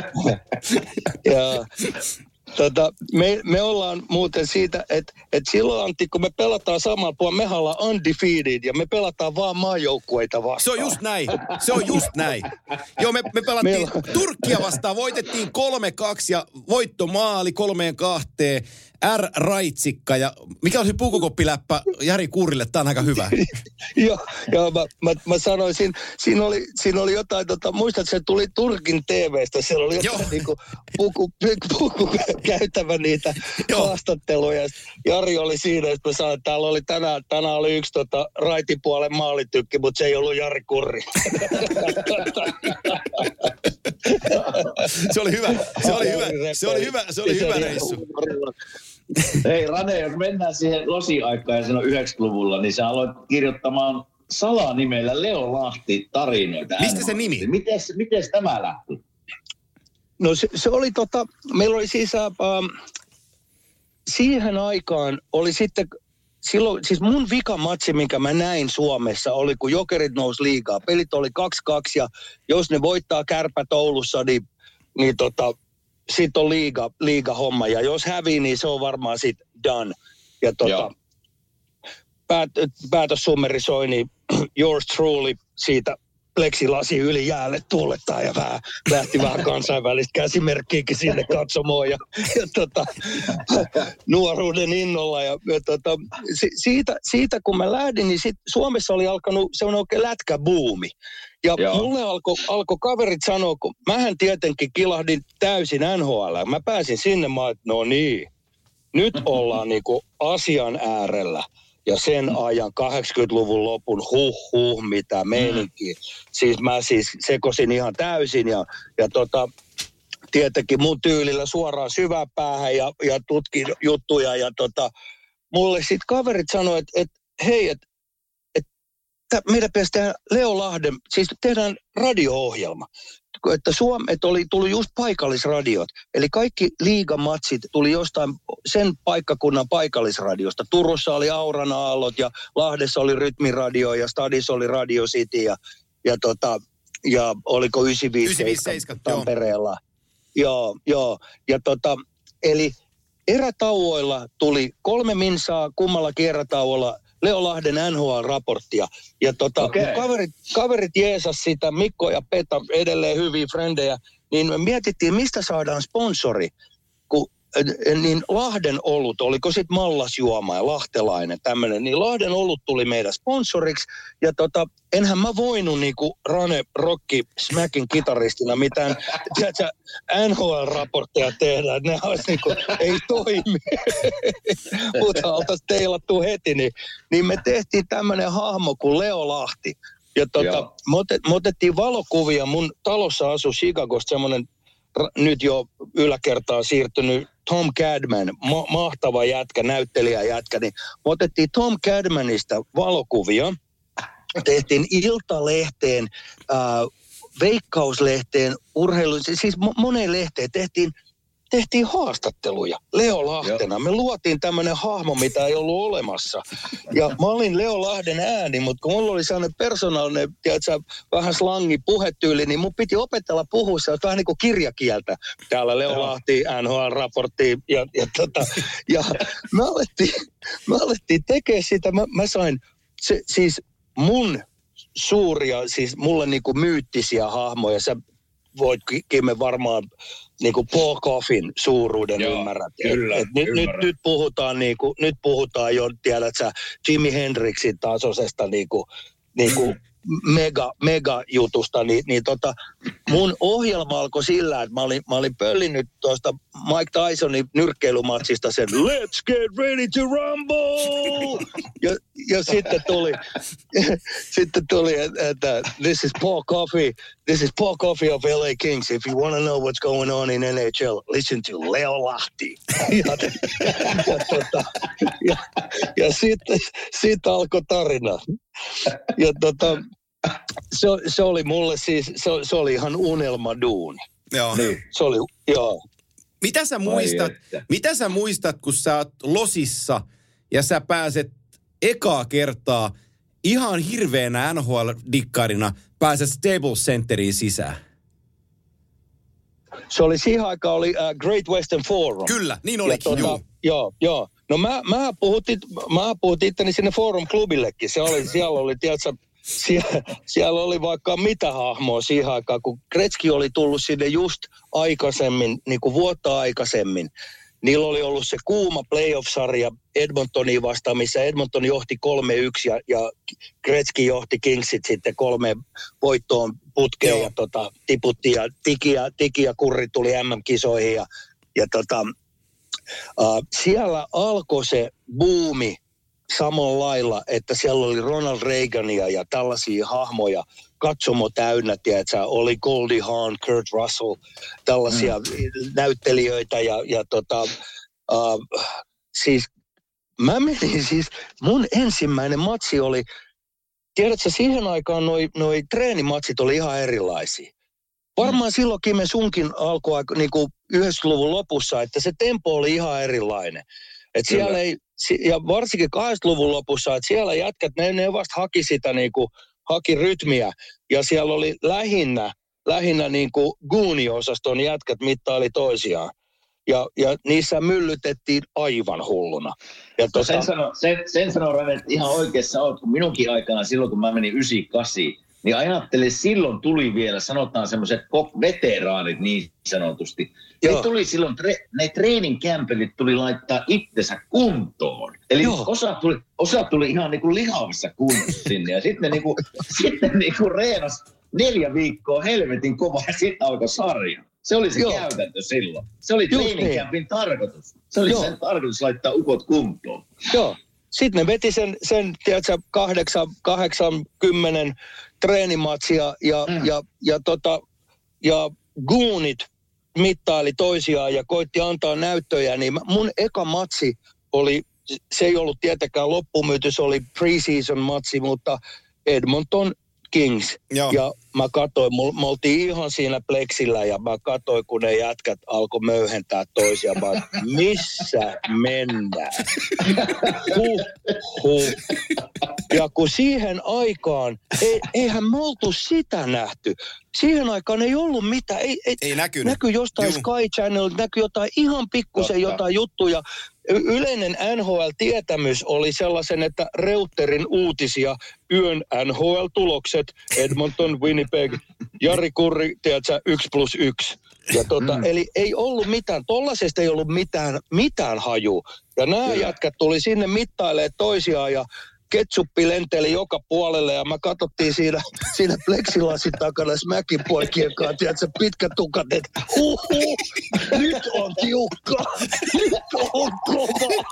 Ja, tota, me, me ollaan muuten siitä, että et silloin Antti, kun me pelataan samalla puolella, mehän ollaan undefeated ja me pelataan vaan maajoukkueita vastaan. Se on just näin. Se on just näin. Joo, me, me pelattiin Meillä... Turkkia vastaan, voitettiin kolme kaksi ja voittomaali kolmeen kahteen. R. Raitsikka ja mikä on se pukukoppiläppä Jari Kuurille, tää on aika hyvä. Joo, joo mä, mä, mä sanoin, siinä, siinä, oli, siinä oli jotain, tota, muistat, se tuli Turkin T V:stä, siellä oli jotain niinku puku, puku käytävä niitä haastatteluja. Jari oli siinä, että mä sanoin, että täällä oli tänään, tänään oli yksi tota, raitipuolen maalitykki, mutta se ei ollut Jari Kurri. Se oli hyvä, se oli hyvä, se oli hyvä, se oli hyvä reissu. Hei Rane, jos mennään siihen Losi-aikaan ja silloin yhdeksänkymmentäluvulla, niin sä aloit kirjoittamaan salanimellä Leo Lahti tarinoita. Mistä se nimi? Mites, mites tämä lähti? No se, se oli tota, meillä oli siis, äh, siihen aikaan oli sitten, silloin, siis mun vikamatsi, minkä mä näin Suomessa, oli kun Jokerit nousi liigaa. Pelit oli kaksi kaksi ja jos ne voittaa Kärpät Oulussa, niin, niin tota, sit on liiga, liiga homma. Ja jos hävii, niin se on varmaan sit done. Ja tota, päät, päätössummeri soi, niin yours truly siitä pleksilasi yli jäälle tuulettaa ja vähän lähti vähän kansainvälistä käsimerkkiäkin sinne katsomoon ja, ja tota, nuoruuden innolla. Ja, ja tota, si, siitä, siitä kun mä lähdin, niin sit Suomessa oli alkanut semmoinen oikein lätkäbuumi. Ja Joo. mulle alkoi alko kaverit sanoa, kun mähän tietenkin kilahdin täysin N H L. Mä pääsin sinne, mä että no niin, nyt ollaan niinku asian äärellä. Ja sen ajan kahdeksankymmentäluvun lopun huh huh mitä meininki. Siis mä siis sekosin ihan täysin ja, ja tota, tietenkin mun tyylillä suoraan syvään päähän ja, ja tutkin juttuja. Ja tota, mulle sitten kaverit sanoi, että et, hei, että et, meidän pitäisi tehdä Leo Lahden, siis tehdään radio-ohjelma. Että Suom, että oli tullut just paikallisradiot. Eli kaikki liigamatsit tuli jostain sen paikkakunnan paikallisradiosta. Turussa oli Auran aallot ja Lahdessa oli Rytmiradio ja Stadissa oli Radio City ja, ja, tota, ja oliko yhdeksänsataaviisikymmentäseitsemän Tampereella. Joo, joo. Ja tota, eli erätauoilla tuli kolme minsaa kummallakin erätauolla Leo Lahden N H L-raporttia. Ja tota, okay. kaverit, kaverit jeesas sitä, Mikko ja Peta, edelleen hyviä frendejä, niin me mietittiin, mistä saadaan sponsori. Kun niin Lahden olut, oliko sitten mallasjuoma ja lahtelainen tämmöinen, niin Lahden olut tuli meidän sponsoriksi. Ja tota, enhän mä voinut niinku Rane Rocky Smackin kitaristina mitään, tiedätkö, N H L-raportteja tehdä, että ne olisi niinku, ei toimi. Mutta oltaisiin teilattu heti, niin, niin me tehtiin tämmöinen hahmo kuin Leo Lahti. Ja tota, me, otet, me otettiin valokuvia, mun talossa asui Chicagosta semmoinen, nyt jo yläkertaan siirtynyt Tom Cadman, ma- mahtava jätkä, näyttelijä jätkä, niin me otettiin Tom Cadmanista valokuvia, tehtiin Iltalehteen, äh, Veikkauslehteen, urheilu, siis moneen lehteen tehtiin, tehtiin haastatteluja Leo Lahtena. Joo. Me luotiin tämmöinen hahmo, mitä ei ollut olemassa. Ja mä olin Leo Lahden ääni, mutta kun mulla oli sellainen persoonallinen, tiedätkö, vähän slangi puhetyyli, niin mun piti opetella puhua se vähän niin kuin kirjakieltä. Täällä Leo Joo. Lahti, N H L-raportti ja, ja, tota, ja me alettiin, me alettiin tekemään sitä. Mä, mä sain, se, siis mun suuria, siis mulle niin kuin myyttisiä hahmoja, sä voit Kimme varmaan niin kuin Paul Coffin suuruuden Joo, ymmärrät. Kyllä, et nyt, nyt, nyt, puhutaan niin kuin, nyt puhutaan jo, tiedät sä, Jimi Hendrixin tasoisesta niin kuin, niin kuin mega, mega jutusta, niin, niin tota, mun ohjelma alkoi sillä, että mä olin, mä olin pöllinyt tuosta Mike Tysonin nyrkkeilymatsista sen Let's get ready to rumble! Ja, ja sitten tuli, sitten tuli, että this is Paul Coffey, this is Paul Coffey of L A Kings. If you want to know what's going on in N H L, listen to Leo Lahti. Ja, ja, tota, ja, ja sitten siitä alkoi tarina. Ja tota, se, se oli mulle siis, se, se oli ihan unelmaduuni. Joo. Niin, se oli, joo. Mitä sä muistat, mitä sä muistat, kun sä oot losissa ja sä pääset ekaa kertaa ihan hirveänä N H L-dikkarina pääset Staples Centeriin sisään? Se oli siihen aikaan oli uh, Great Western Forum. Kyllä, niin olikin, tuota, juu. Joo, joo. No mä, mä puhutin, mä puhutin itteni sinne Forum-klubillekin. Se oli, siellä oli, tiedätkö, siellä, siellä oli vaikka mitä hahmoa siihen aikaan, kun Gretzky oli tullut sinne just aikaisemmin, niin kuin vuotta aikaisemmin. Niillä oli ollut se kuuma playoff-sarja Edmontonia vastaan, missä Edmonton johti kolme yksi ja, ja Gretzky johti Kingsit sitten kolme voittoon putkeen Joo. ja tota, tiputti ja tiki ja, tiki ja kurri tuli M M-kisoihin ja, ja tota, uh, siellä alkoi se buumi samalla lailla, että siellä oli Ronald Reagania ja tällaisia hahmoja, katsomo täynnä, tiedätkö, oli Goldie Hawn, Kurt Russell, tällaisia mm. näyttelijöitä ja, ja tota, uh, siis mä menin siis, mun ensimmäinen matsi oli, tiedätkö, siihen aikaan noi, noi treenimatsit oli ihan erilaisia. Varmaan mm. silloinkin me sunkin alkoi niin kuin yhdeksänkymmentäluvun lopussa, että se tempo oli ihan erilainen. Et siellä ei, ja varsinkin kahdeksankymmentäluvun lopussa, että siellä jätkät, ne, ne vasta haki sitä niin kuin, haki rytmiä. Ja siellä oli lähinnä, lähinnä niin kuin Goonie-osaston jätkät mittaili toisiaan. Ja, ja niissä myllytettiin aivan hulluna. Ja no tota... sen sanoo, sen, sen sano, Rane, että ihan oikeassa olet, kun minunkin aikana silloin, kun mä menin yhdeksänkymmentäkahdeksan, niin ajattelin, silloin tuli vielä, sanotaan semmoiset veteraanit niin sanotusti. Ne tuli silloin, ne treeninkämpelit tuli laittaa itsensä kuntoon. Eli osa tuli, osa tuli ihan niin kuin lihavassa kunnossa sinne. Ja sitten niin kuin, sitten niin kuin reenasi neljä viikkoa helvetin kovaa ja sitten alkoi sarja. Se oli se Joo. käytäntö silloin. Se oli treeninkämpin niin. tarkoitus. Se oli Joo. sen tarkoitus laittaa ukot kuntoon. Joo. Sitten ne veti sen, sen tiedätkö, kahdeksan, kahdeksan, kymmenen treenimatsia ja, mm. ja, ja, tota, ja Goonit mittaili toisiaan ja koitti antaa näyttöjä. Niin mun eka matsi oli, se ei ollut tietenkään loppumyyty, se oli preseason matsi, mutta Edmonton Kings. Joo. Ja mä katsoin, me oltiin ihan siinä pleksillä ja mä katsoin, kun ne jätkät alkoi möyhentää toisiaan. Mä, missä mennään? Huh, huh. Ja kun siihen aikaan, ei, eihän me oltu sitä nähty. Siihen aikaan ei ollut mitään. Ei, ei, ei näkynyt. Näkyi jostain Juh. Sky Channel, näkyi jotain ihan pikkusen Totta. jotain juttuja. Yleinen N H L-tietämys oli sellaisen, että Reuterin uutisia, yön N H L-tulokset, Edmonton, Winnipeg, Jari Kurri, tiedätkö, yksi plus yksi. Ja tota, Mm. eli ei ollut mitään, tollasesta ei ollut mitään, mitään haju. Ja nämä Kyllä. jätkät tuli sinne mittailemaan toisiaan ja ketsuppi lenteli joka puolelle ja mä katsottiin siinä, siinä pleksilasin takana Smackin poikien kanssa, tiedätkö, pitkät tukat, että huhu, nyt on tiukka, nyt on kova.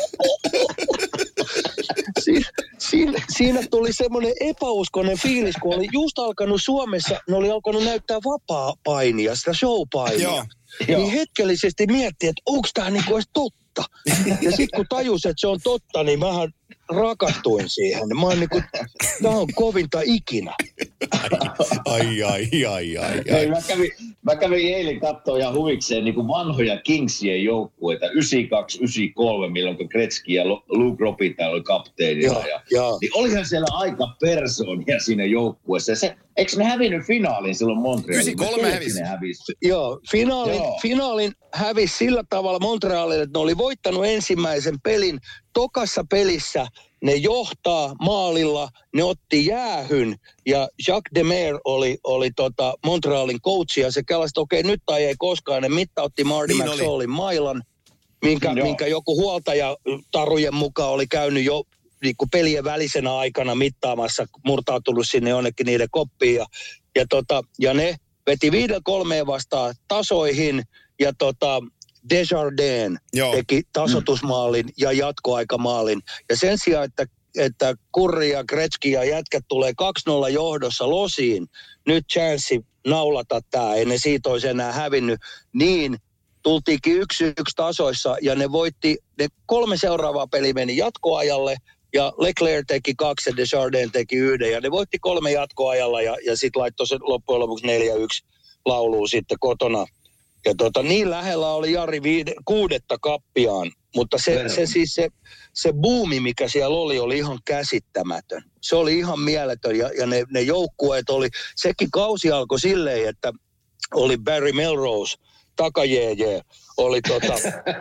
Siin, siinä, siinä tuli semmoinen epäuskoinen fiilis, kun oli just alkanut Suomessa, ne oli alkanut näyttää vapaa-painia, sitä show-painia. Joo. Niin hetkellisesti miettii, että onko tämä niinku edes totta. Ja sitten kun tajusin, että se on totta, niin mähän rakastuin siihen. Mä oon niinku, tää on kovinta ikinä. Ai, ai, ai, ai, Hei, ai. mä, kävin, mä kävin eilen katsoa ihan huvikseen niin kuin vanhoja Kingsien joukkueita, yhdeksänkymmentäkaksi yhdeksänkymmentäkolme, milloin Gretzky ja Luke Robitaille oli kapteenina. Joo, Ja, joo. niin olihan siellä aika persoonia siinä joukkueessa. Se, eikö ne hävinnyt finaalin silloin Montrealille? yhdeksänkymmentäkolme hävisi. Ne hävisi. Joo, finaalin, Joo. finaalin hävisi sillä tavalla Montrealille, että ne oli voittanut ensimmäisen pelin. Tokassa pelissä ne johtaa maalilla, ne otti jäähyn ja Jacques Demers oli, oli tota Montrealin coach ja se kellasi, että okei, nyt tai ei koskaan. Ne mittautti Marty Niin McSallin mailan, minkä, Joo. minkä joku huoltaja tarujen mukaan oli käynyt jo niin kuin pelien välisenä aikana mittaamassa, murtautunut sinne jonnekin niiden koppiin. Ja, ja, tota, ja ne veti viiden kolmeen vastaan tasoihin ja tota, Desjardins Joo. teki tasoitusmaalin ja jatkoaikamaalin. Ja sen sijaan, että, että Kurri ja Gretzky ja jätkät tulee kaksi nolla johdossa losiin, nyt chanssi naulata tämä, ei ne siitä olisi enää hävinnyt, niin tultiinkin yksi yksi tasoissa ja ne voitti, ne kolme seuraavaa peliä meni jatkoajalle ja Leclerc teki kaksi ja Desjardins teki yhden ja ne voitti kolme jatkoajalla ja, ja sitten laittoi se loppujen lopuksi neljä yksi lauluun sitten kotona. Ja tota, niin lähellä oli Jari viide, kuudetta kappiaan, mutta se, se siis se, se buumi, mikä siellä oli, oli ihan käsittämätön. Se oli ihan mieletön ja, ja ne, ne joukkueet oli, sekin kausi alkoi silleen, että oli Barry Melrose, takajeeje, oli tota,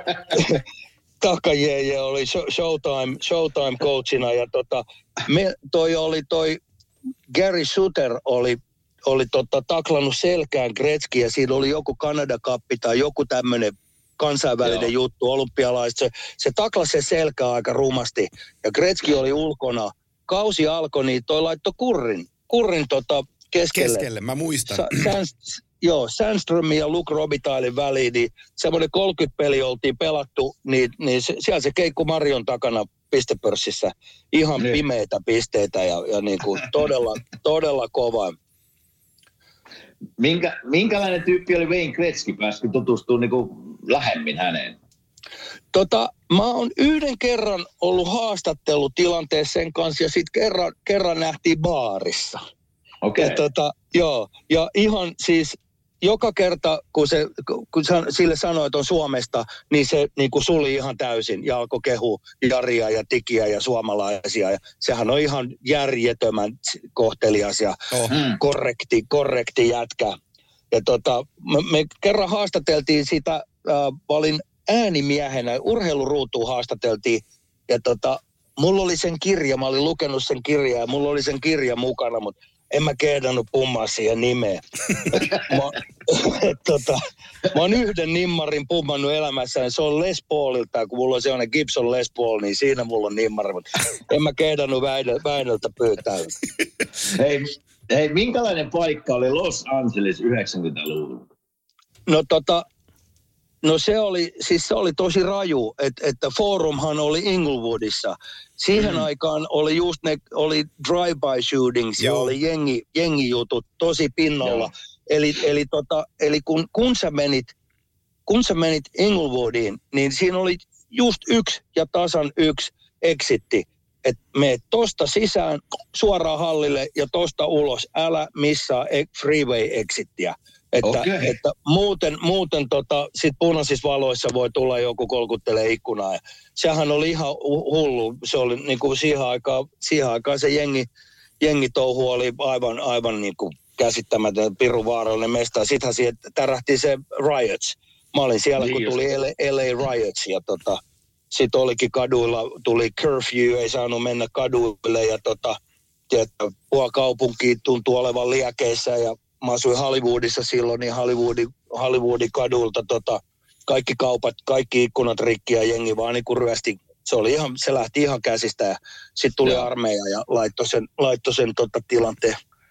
takajeeje, oli Showtime, Showtime coachina ja tota, me, toi oli toi Gary Suter oli oli tota, taklannut selkään Gretzky ja siinä oli joku Kanada-kappi tai joku tämmöinen kansainvälinen Joo. juttu, olympialaiset. Se, se taklasi se selkää aika rumasti ja Gretzky oli ulkona. Kausi alkoi, niin toi laittoi kurrin, kurrin tota keskelle. Keskelle, mä muistan. Sa, Sans, joo, Sandströmin ja Luke Robitailin väliin, niin semmoinen kolmekymmentä peli oltiin pelattu, niin, niin se, siellä se keikku Marion takana pistepörssissä. Ihan niin. Pimeitä pisteitä ja, ja niin kuin todella, todella kova. Minkä, minkälainen tyyppi oli Wayne Gretzky? Pääsikö tutustumaan niin kuin lähemmin häneen? Tota, mä oon yhden kerran ollut haastattelutilanteessa sen kanssa ja sitten kerran, kerran nähtiin baarissa. Okei. Okay. Tota, joo, ja ihan siis joka kerta, kun, se, kun sille sanoi, että on Suomesta, niin se niin kuin suli ihan täysin ja alkoi kehu Jaria ja Tikiä ja suomalaisia. Ja sehän on ihan järjettömän kohtelias ja Oh. korrekti, korrekti jätkä. Ja tota, me, me kerran haastateltiin sitä, äh, olin äänimiehenä, urheiluruutuun haastateltiin ja tota, mulla oli sen kirja, mä olin lukenut sen kirjaa ja mulla oli sen kirja mukana, mutta en mä kehdannut pummaa siihen nimeen. mä, et, tota, mä oon yhden nimmarin pummannut elämässäni, se on Les Paulilta, kun mulla on sellainen Gibson Les Paul, niin siinä mulla on nimmari, mutta en mä kehdannut Väinöltä pyytää. Hei, hei, minkälainen paikka oli Los Angeles yhdeksänkymmentäluvulla? No tota, no se oli, siis se oli tosi raju, että, että Forumhan oli Inglewoodissa. Siihen mm. aikaan oli just ne, oli drive-by shootings ja Joo. oli jengi, jengijutut tosi pinnalla. Joo. Eli, eli, tota, eli kun, kun, sä menit, kun sä menit Inglewoodiin, niin siinä oli just yksi ja tasan yksi exitti. Että meet tosta sisään suoraan hallille ja tosta ulos. Älä missaa freeway-exittiä. Että, Okei. että muuten, muuten tota, sit punaisissa valoissa voi tulla joku kolkuttelee ikkunaa. Ja sehän oli ihan hullu. Se oli niin kuin siihen aikaan, siihen aikaan se jengi, jengitouhu oli aivan, aivan niin kuin käsittämätön pirun vaarallinen mesta. Sittenhän siihen tärähti se Riots. Mä olin siellä, niin kun just. tuli L A Riots ja tota, sitten olikin kaduilla, tuli curfew, ei saanut mennä kaduille ja tota, tiedätkö, puoli kaupunkia tuntui olevan liekeissä ja mä asuin Hollywoodissa silloin, niin Hollywoodin, Hollywoodin kadulta tota, kaikki kaupat, kaikki ikkunat rikki ja jengi vaan niin kuin ryösti. Se, oli ihan, se lähti ihan käsistä ja sitten tuli Joo. armeija ja laittoi sen, laittoi sen tota, tilanteen.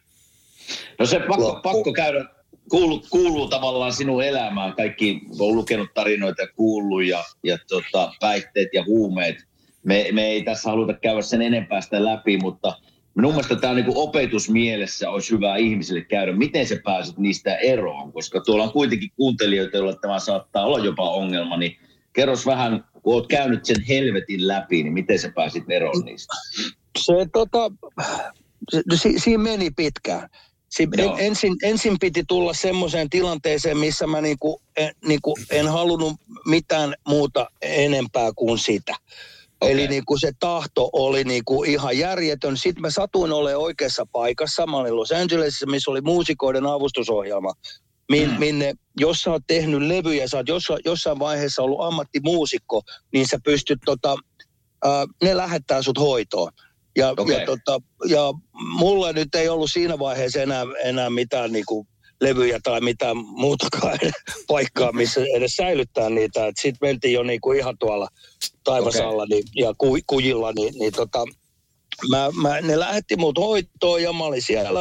No se pakko, pakko käydä, kuuluu, kuuluu tavallaan sinun elämään. Kaikki on lukenut tarinoita ja kuullut ja, ja tota, päihteet ja huumeet. Me, me ei tässä haluta käydä sen enempää sitä läpi, mutta minun mielestä tämä on niin kuin opetusmielessä olisi hyvä ihmisille käydä. Miten sä pääset niistä eroon? Koska tuolla on kuitenkin kuuntelijoita, joilla tämä saattaa olla jopa ongelma. Niin kerros vähän, kun olet käynyt sen helvetin läpi, niin miten sä pääsit eroon niistä? Se tota, se, si, siinä meni pitkään. Si, en, ensin, ensin piti tulla semmoiseen tilanteeseen, missä mä niinku, en, niinku, en halunnut mitään muuta enempää kuin sitä. Okay. Eli niinku se tahto oli niinku ihan järjetön. Sitten mä satuin olemaan oikeassa paikassa. Mä olin Los Angelesissa, missä oli muusikoiden avustusohjelma. Min, mm. Minne, jos sä oot tehnyt levyjä, sä oot jossain, jossain vaiheessa ollut ammattimuusikko, niin sä pystyt, tota, ää, ne lähettää sut hoitoon. Ja, okay. ja, tota, ja mulla nyt ei ollut siinä vaiheessa enää, enää mitään niinku levyjä tai mitään muutakaan paikkaa, missä edes säilyttää niitä. Sitten mentiin jo niinku ihan tuolla taivasalla okay. niin, ja ku, kujilla, niin, niin tota, mä, mä, ne lähetti mut hoitoon ja mä olin siellä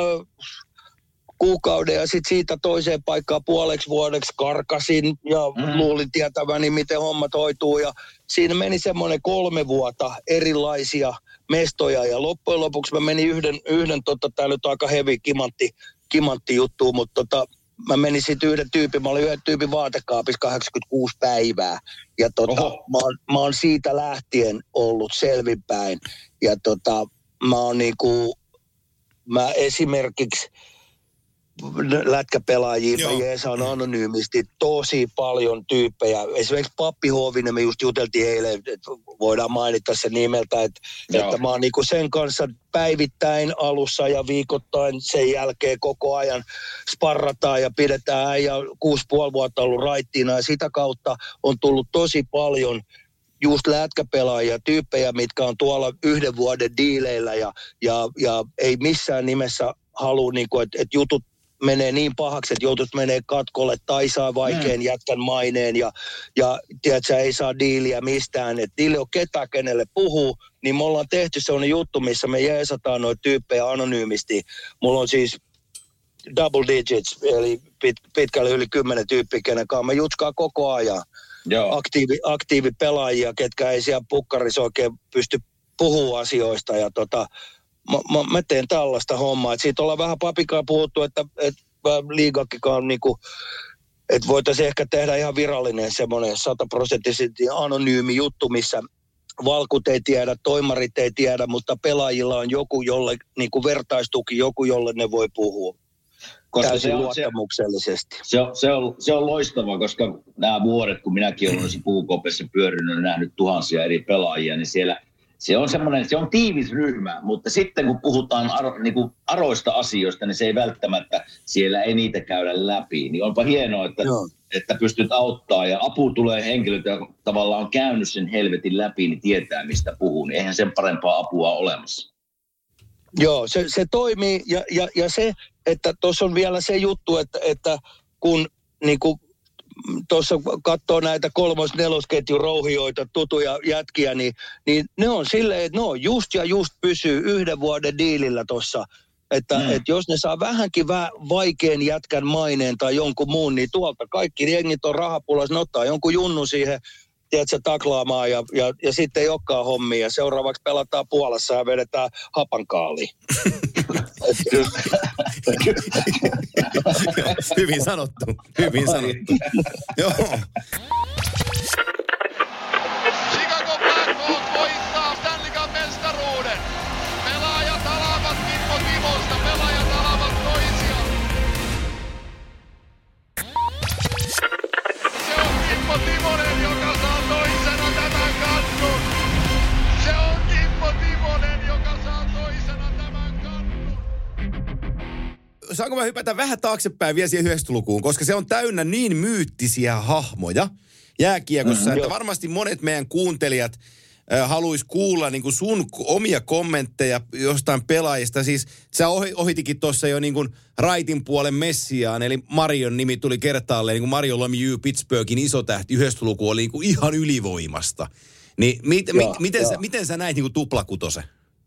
kuukauden ja sitten siitä toiseen paikkaan puoleksi vuodeksi karkasin ja mm. luulin tietäväni, miten hommat hoituu. Ja siinä meni semmoinen kolme vuotta erilaisia mestoja ja loppujen lopuksi mä menin yhden, yhden tota, tää nyt aika heavy kimantti, kimantti juttu, mutta tota, mä menin sitten yhden tyypin, mä olin yhden tyypin vaatekaapissa kahdeksankymmentäkuusi päivää. Ja tota, mä, oon, mä oon siitä lähtien ollut selvinpäin. Ja tota, mä oon niinku, mä esimerkiksi lätkäpelaajia, mä jeesaan anonyymisti tosi paljon tyyppejä. Esimerkiksi Pappi Huovinen, me just juteltiin eilen, että voidaan mainita sen nimeltä, että, että mä oon niinku sen kanssa päivittäin alussa ja viikoittain sen jälkeen koko ajan sparrataan ja pidetään äijä kuusi puoli vuotta ollut raittiina ja sitä kautta on tullut tosi paljon just lätkäpelaajia, tyyppejä, mitkä on tuolla yhden vuoden diileillä ja, ja, ja ei missään nimessä halua, niinku, että, että jutut menee niin pahaksi, että joutut menee katkolle tai saa vaikean mm. jätkän maineen ja, ja tiedätkö, ei saa diiliä mistään. Että niille on ketään, kenelle puhuu, niin me ollaan tehty sellainen juttu, missä me jeesataan noita tyyppejä anonyymisti. Mulla on siis double digits, eli pit, pitkälle yli kymmenen tyyppiä, kenen kanssa me jutskaa koko ajan. Aktiivi, aktiivipelaajia, ketkä ei siellä pukkarissa oikein pysty puhumaan asioista ja tota... Mä, mä, mä teen tällaista hommaa. Et siitä ollaan vähän papikaa puhuttu, että, että liigakikaan niinku, että voitaisiin ehkä tehdä ihan virallinen semmoinen sataprosenttisesti anonyymi juttu, missä valkut ei tiedä, toimarit ei tiedä, mutta pelaajilla on joku, jolle niinku vertaistuki, joku, jolle ne voi puhua. Koska täysin se on, luottamuksellisesti. Se on, se, on, se on loistavaa, koska nämä vuodet, kun minäkin olen noissa puukopissa pyörinyt ja nähnyt tuhansia eri pelaajia, niin siellä se on semmoinen, se on tiivis ryhmä, mutta sitten kun puhutaan aro, niin kuin aroista asioista, niin se ei välttämättä, siellä ei niitä käydä läpi. Niin onpa hienoa, että, että pystyt auttaa ja apu tulee henkilöitä, joka tavallaan on käynyt sen helvetin läpi, niin tietää mistä puhuu. Niin eihän sen parempaa apua ole olemassa. Joo, se, se toimii ja, ja, ja se, että tuossa on vielä se juttu, että, että kun niin kuin tuossa katsoo näitä kolmos-nelosketjun rouhioita, tutuja jätkiä, niin, niin ne on silleen, että ne on just ja just pysyy yhden vuoden diilillä tuossa. Että mm. et jos ne saa vähänkin vä- vaikean jätkän maineen tai jonkun muun, niin tuolta kaikki jengit on rahapulassa, ne ottaa jonkun junnu siihen, tiedätkö, taklaamaan ja, ja, ja sitten ei olekaan hommia. Ja seuraavaksi pelataan Puolassa ja vedetään hapankaaliin. Hyvin sanottu, hyvin sanottu. Joo. Chicago Blackhawks voittaa Stanley Cup -mestaruuden. Pelaajat alaavat Kimmo Timosta, pelaajat alaavat toisiaan. Se on Kimmo Timonen, joka saa toisena tämän kannun. Se on Kimmo Timonen, joka saa toisena tämän kannun. Saanko mä hypätä vähän taaksepäin vielä siihen yhdeksänkymmentälukuun, koska se on täynnä niin myyttisiä hahmoja jääkiekossa, mm, että jo. varmasti monet meidän kuuntelijat äh, haluaisi kuulla niin kuin sun omia kommentteja jostain pelaajista. Siis sä ohi, ohitikin tuossa jo niin kuin raitin puolen Messiaan, eli Marion nimi tuli kertaalleen, niin kuin Mario Lemieux, Pittsburghin isotähti, yhdessä luku oli niin kuin ihan ylivoimasta. Niin mit, ja, mit, miten, ja. sä, miten sä näit niin kuin tuplakutosen?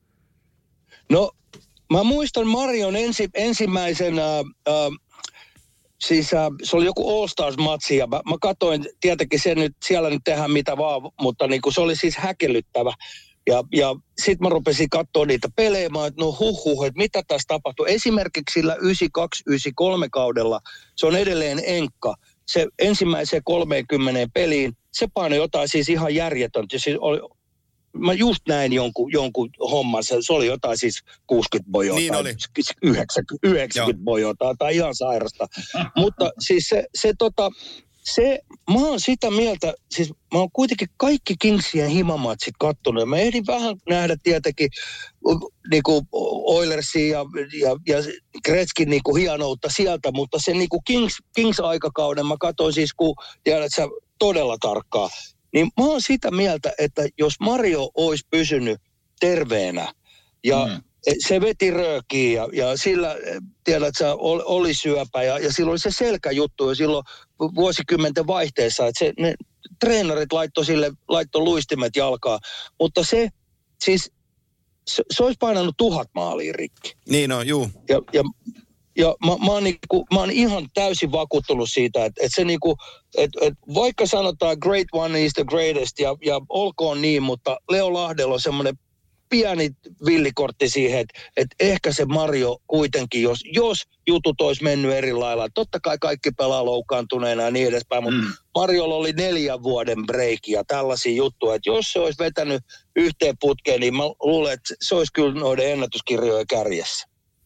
No, mä muistan Marion ensi, ensimmäisen... Äh, äh, Siis äh, se oli joku All Stars-matsi ja mä, mä katsoin, tietenkin se nyt, siellä nyt tehdään mitä vaan, mutta niin kuin se oli siis häkellyttävä. Ja, ja sitten mä rupesin katsoa niitä pelejä, mä että no huh huh, että mitä tässä tapahtuu. Esimerkiksi sillä yhdeksänkymmentäkaksi yhdeksänkymmentäkolme kaudella se on edelleen enkka. Se ensimmäiseen kolmeenkymmeneen peliin, se painoi jotain siis ihan järjetöntä. Siis oli, mä just näin jonkun, jonkun homman, se, se oli jotain siis kuusikymmentä bojoa niin tai oli. yhdeksänkymmentä, yhdeksänkymmentä bojoa tai, tai ihan sairasta. Mutta siis se, se tota, se, mä oon sitä mieltä, siis mä oon kuitenkin kaikki Kingsien himamatsit kattonut. Mä ehdin vähän nähdä tietenkin niinku Oilersia ja, ja, ja Gretzkin niinku hienoutta sieltä, mutta se niinku Kings, Kings-aikakauden mä katsoin siis, kun tiedät sä todella tarkkaa. Niin mä oon sitä mieltä, että jos Mario olisi pysynyt terveenä ja mm. se veti röökiä ja, ja sillä, tiedät sä, oli, oli syöpä ja, ja silloin oli se selkäjuttu ja silloin vuosikymmenten vaihteessa, että se, ne treenarit laittoi sille, laittoi luistimet jalkaan, mutta se, siis se, se olisi painanut tuhat maalia rikki. Niin on, juu. Ja, ja Ja mä, mä, oon niinku, mä oon ihan täysin vakuuttunut siitä, että, että se niinku, että, että vaikka sanotaan great one is the greatest ja, ja olkoon niin, mutta Leo Lahdella on semmoinen pieni villikortti siihen, että, että ehkä se Mario kuitenkin, jos, jos jutut olisi mennyt eri lailla, totta kai kaikki pelaa loukkaantuneena ja niin edespäin, mutta mm. Mariolla oli neljän vuoden break ja tällaisia juttuja, että jos se olisi vetänyt yhteen putkeen, niin mä luulen, että se olisi kyllä noiden ennätyskirjojen kärjessä.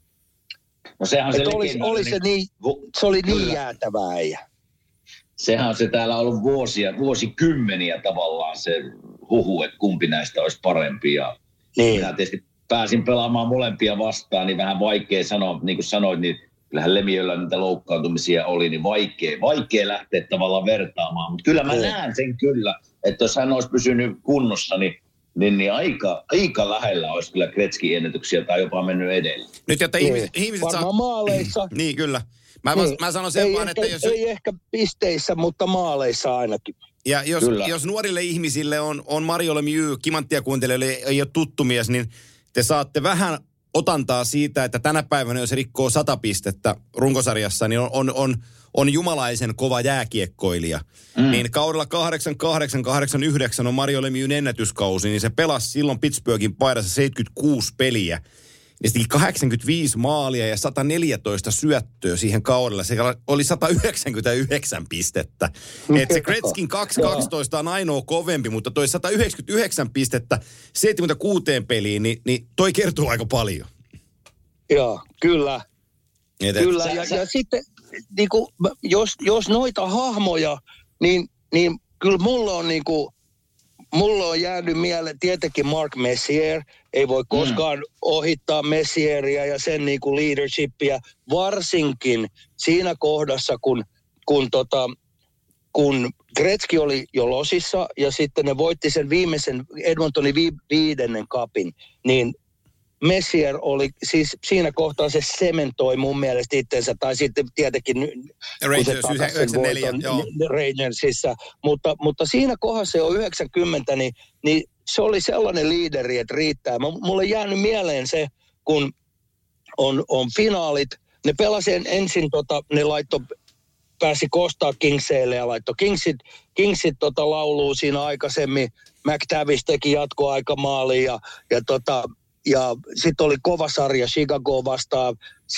No sehän se, oli, oli se, niin, se oli niin jäätävää äijä. Sehän on se täällä ollut vuosia, vuosikymmeniä tavallaan se huhu, että kumpi näistä olisi parempi. Ja niin. Minä tietysti pääsin pelaamaan molempia vastaan, niin vähän vaikea sanoa, niin kuin sanoit, niin kyllähän Lemieuxllä niitä loukkaantumisia oli, niin vaikea, vaikea lähteä tavallaan vertaamaan. Mutta kyllä mä niin. näen sen kyllä, että jos hän olisi pysynyt kunnossa, niin Niin, niin aika, aika lähellä olisi kyllä Gretzkin ennätyksiä tai jopa mennyt edelle. Nyt, jotta niin. ihmiset, ihmiset Varmaan saa... maaleissa. niin, kyllä. Mä, niin. mä sanon sen ei vaan, ehkä, että jos... Ei ehkä pisteissä, mutta maaleissa ainakin. Ja jos, jos nuorille ihmisille on, on Mario Lemieux, kimanttia kuuntelijoille ei ole tuttu mies, niin te saatte vähän otantaa siitä, että tänä päivänä, jos rikkoo sata pistettä runkosarjassa, niin on, on, on, on jumalaisen kova jääkiekkoilija. Mm. Niin kaudella kahdeksankymmentäkahdeksan kahdeksankymmentäyhdeksän on Mario Lemieux'n ennätyskausi, niin se pelasi silloin Pittsburghin paidassa seitsemänkymmentäkuusi peliä. Ja se teki kahdeksankymmentäviisi maalia ja sata neljätoista syöttöä siihen kaudella. Se oli sata yhdeksänkymmentäyhdeksän pistettä. Et se Gretzkin kaksi kaksitoista on ainoa kovempi, mutta toi sata yhdeksänkymmentäyhdeksän pistettä seitsemänkymmentäkuusi peliin, niin, niin toi kertoo aika paljon. Joo, kyllä. Et, kyllä, et, ja, ja sitten niin kuin, jos, jos noita hahmoja, niin, niin kyllä mulla on niin kuin, mulla on jäänyt mieleen tietenkin Mark Messier. Ei voi koskaan mm. ohittaa Messieria ja sen niin kuin leadershipia, varsinkin siinä kohdassa, kun, kun, tota, kun Gretzky oli jo losissa ja sitten ne voitti sen viimeisen Edmontonin vi, viidennen kapin, niin Messier oli, siis siinä kohtaa se sementoi mun mielestä itsensä, tai sitten tietenkin Rangers yhdeksänkymmentäneljä, joo. Rangersissa, mutta, mutta siinä kohdassa jo yhdeksänkymmentä, niin, niin se oli sellainen liideri, että riittää. Mulle jäänyt mieleen se, kun on, on finaalit, ne pelasi ensin, tota, ne laitto, pääsi kostaa Kingseille ja laittoi Kingsit, Kingsit tota, lauluu siinä aikaisemmin. McTavish teki jatkoaikamaaliin ja, ja tota, ja sitten oli kova sarja Chicago vastaan.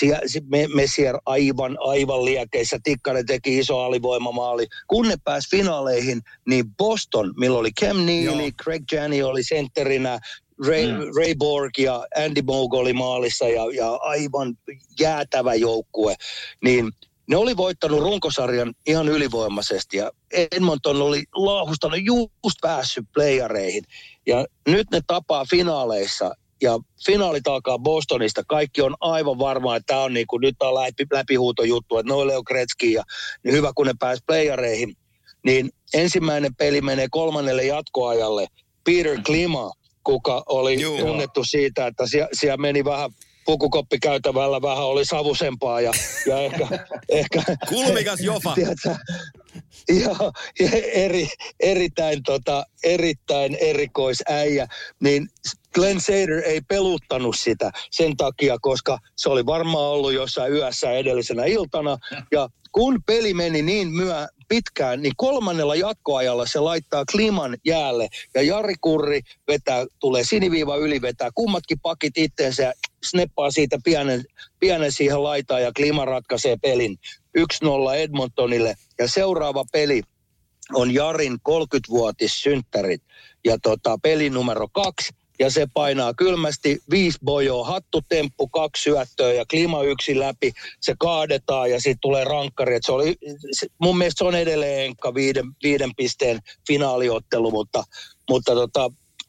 Messier aivan, aivan liekeissä. Tikkanen teki iso alivoimamaali. Kun ne pääsi finaaleihin, niin Boston, millä oli Cam Neely, Joo. Craig Janney oli sentterinä, Ray, mm. Ray Borg ja Andy Moog oli maalissa ja, ja aivan jäätävä joukkue. Niin ne oli voittanut runkosarjan ihan ylivoimaisesti ja Edmonton oli laahustanut just päässyt playereihin. Ja nyt ne tapaa finaaleissa. Ja finaalit alkaa Bostonista. Kaikki on aivan varmaa, että tämä on niin kuin, nyt on läpi, läpihuutojuttu, että noille on Gretzky ja niin hyvä, kun ne pääsi playereihin. Niin ensimmäinen peli menee kolmannelle jatkoajalle Peter Klima, kuka oli Juu. tunnettu siitä, että siellä, siellä meni vähän pukukoppikäytävällä, vähän oli savusempaa ja, ja ehkä... ehkä kulmikas jopa. Tiedätkö, ja, ja eri, erittäin, tota, erittäin erikoisäijä, niin Glenn Sader ei peluttanut sitä sen takia, koska se oli varmaan ollut jossain yössä edellisenä iltana. Ja kun peli meni niin myö pitkään, niin kolmannella jatkoajalla se laittaa Kliman jäälle. Ja Jari Kurri vetää, tulee siniviiva yli, vetää kummatkin pakit itteensä ja sneppaa siitä pienen, pienen siihen laitaan ja Klima ratkaisee pelin yksi nolla Edmontonille. Ja seuraava peli on Jarin kolmekymmenvuotissynttärit ja tota, peli numero kaksi. Ja se painaa kylmästi viisi bojoa, hattutemppu, kaksi syöttöä ja Klima yksi läpi. Se kaadetaan ja sitten tulee rankkari. Et se oli, se, mun mielestä se on edelleen enkka viiden, viiden pisteen finaaliottelu, mutta, mutta tota,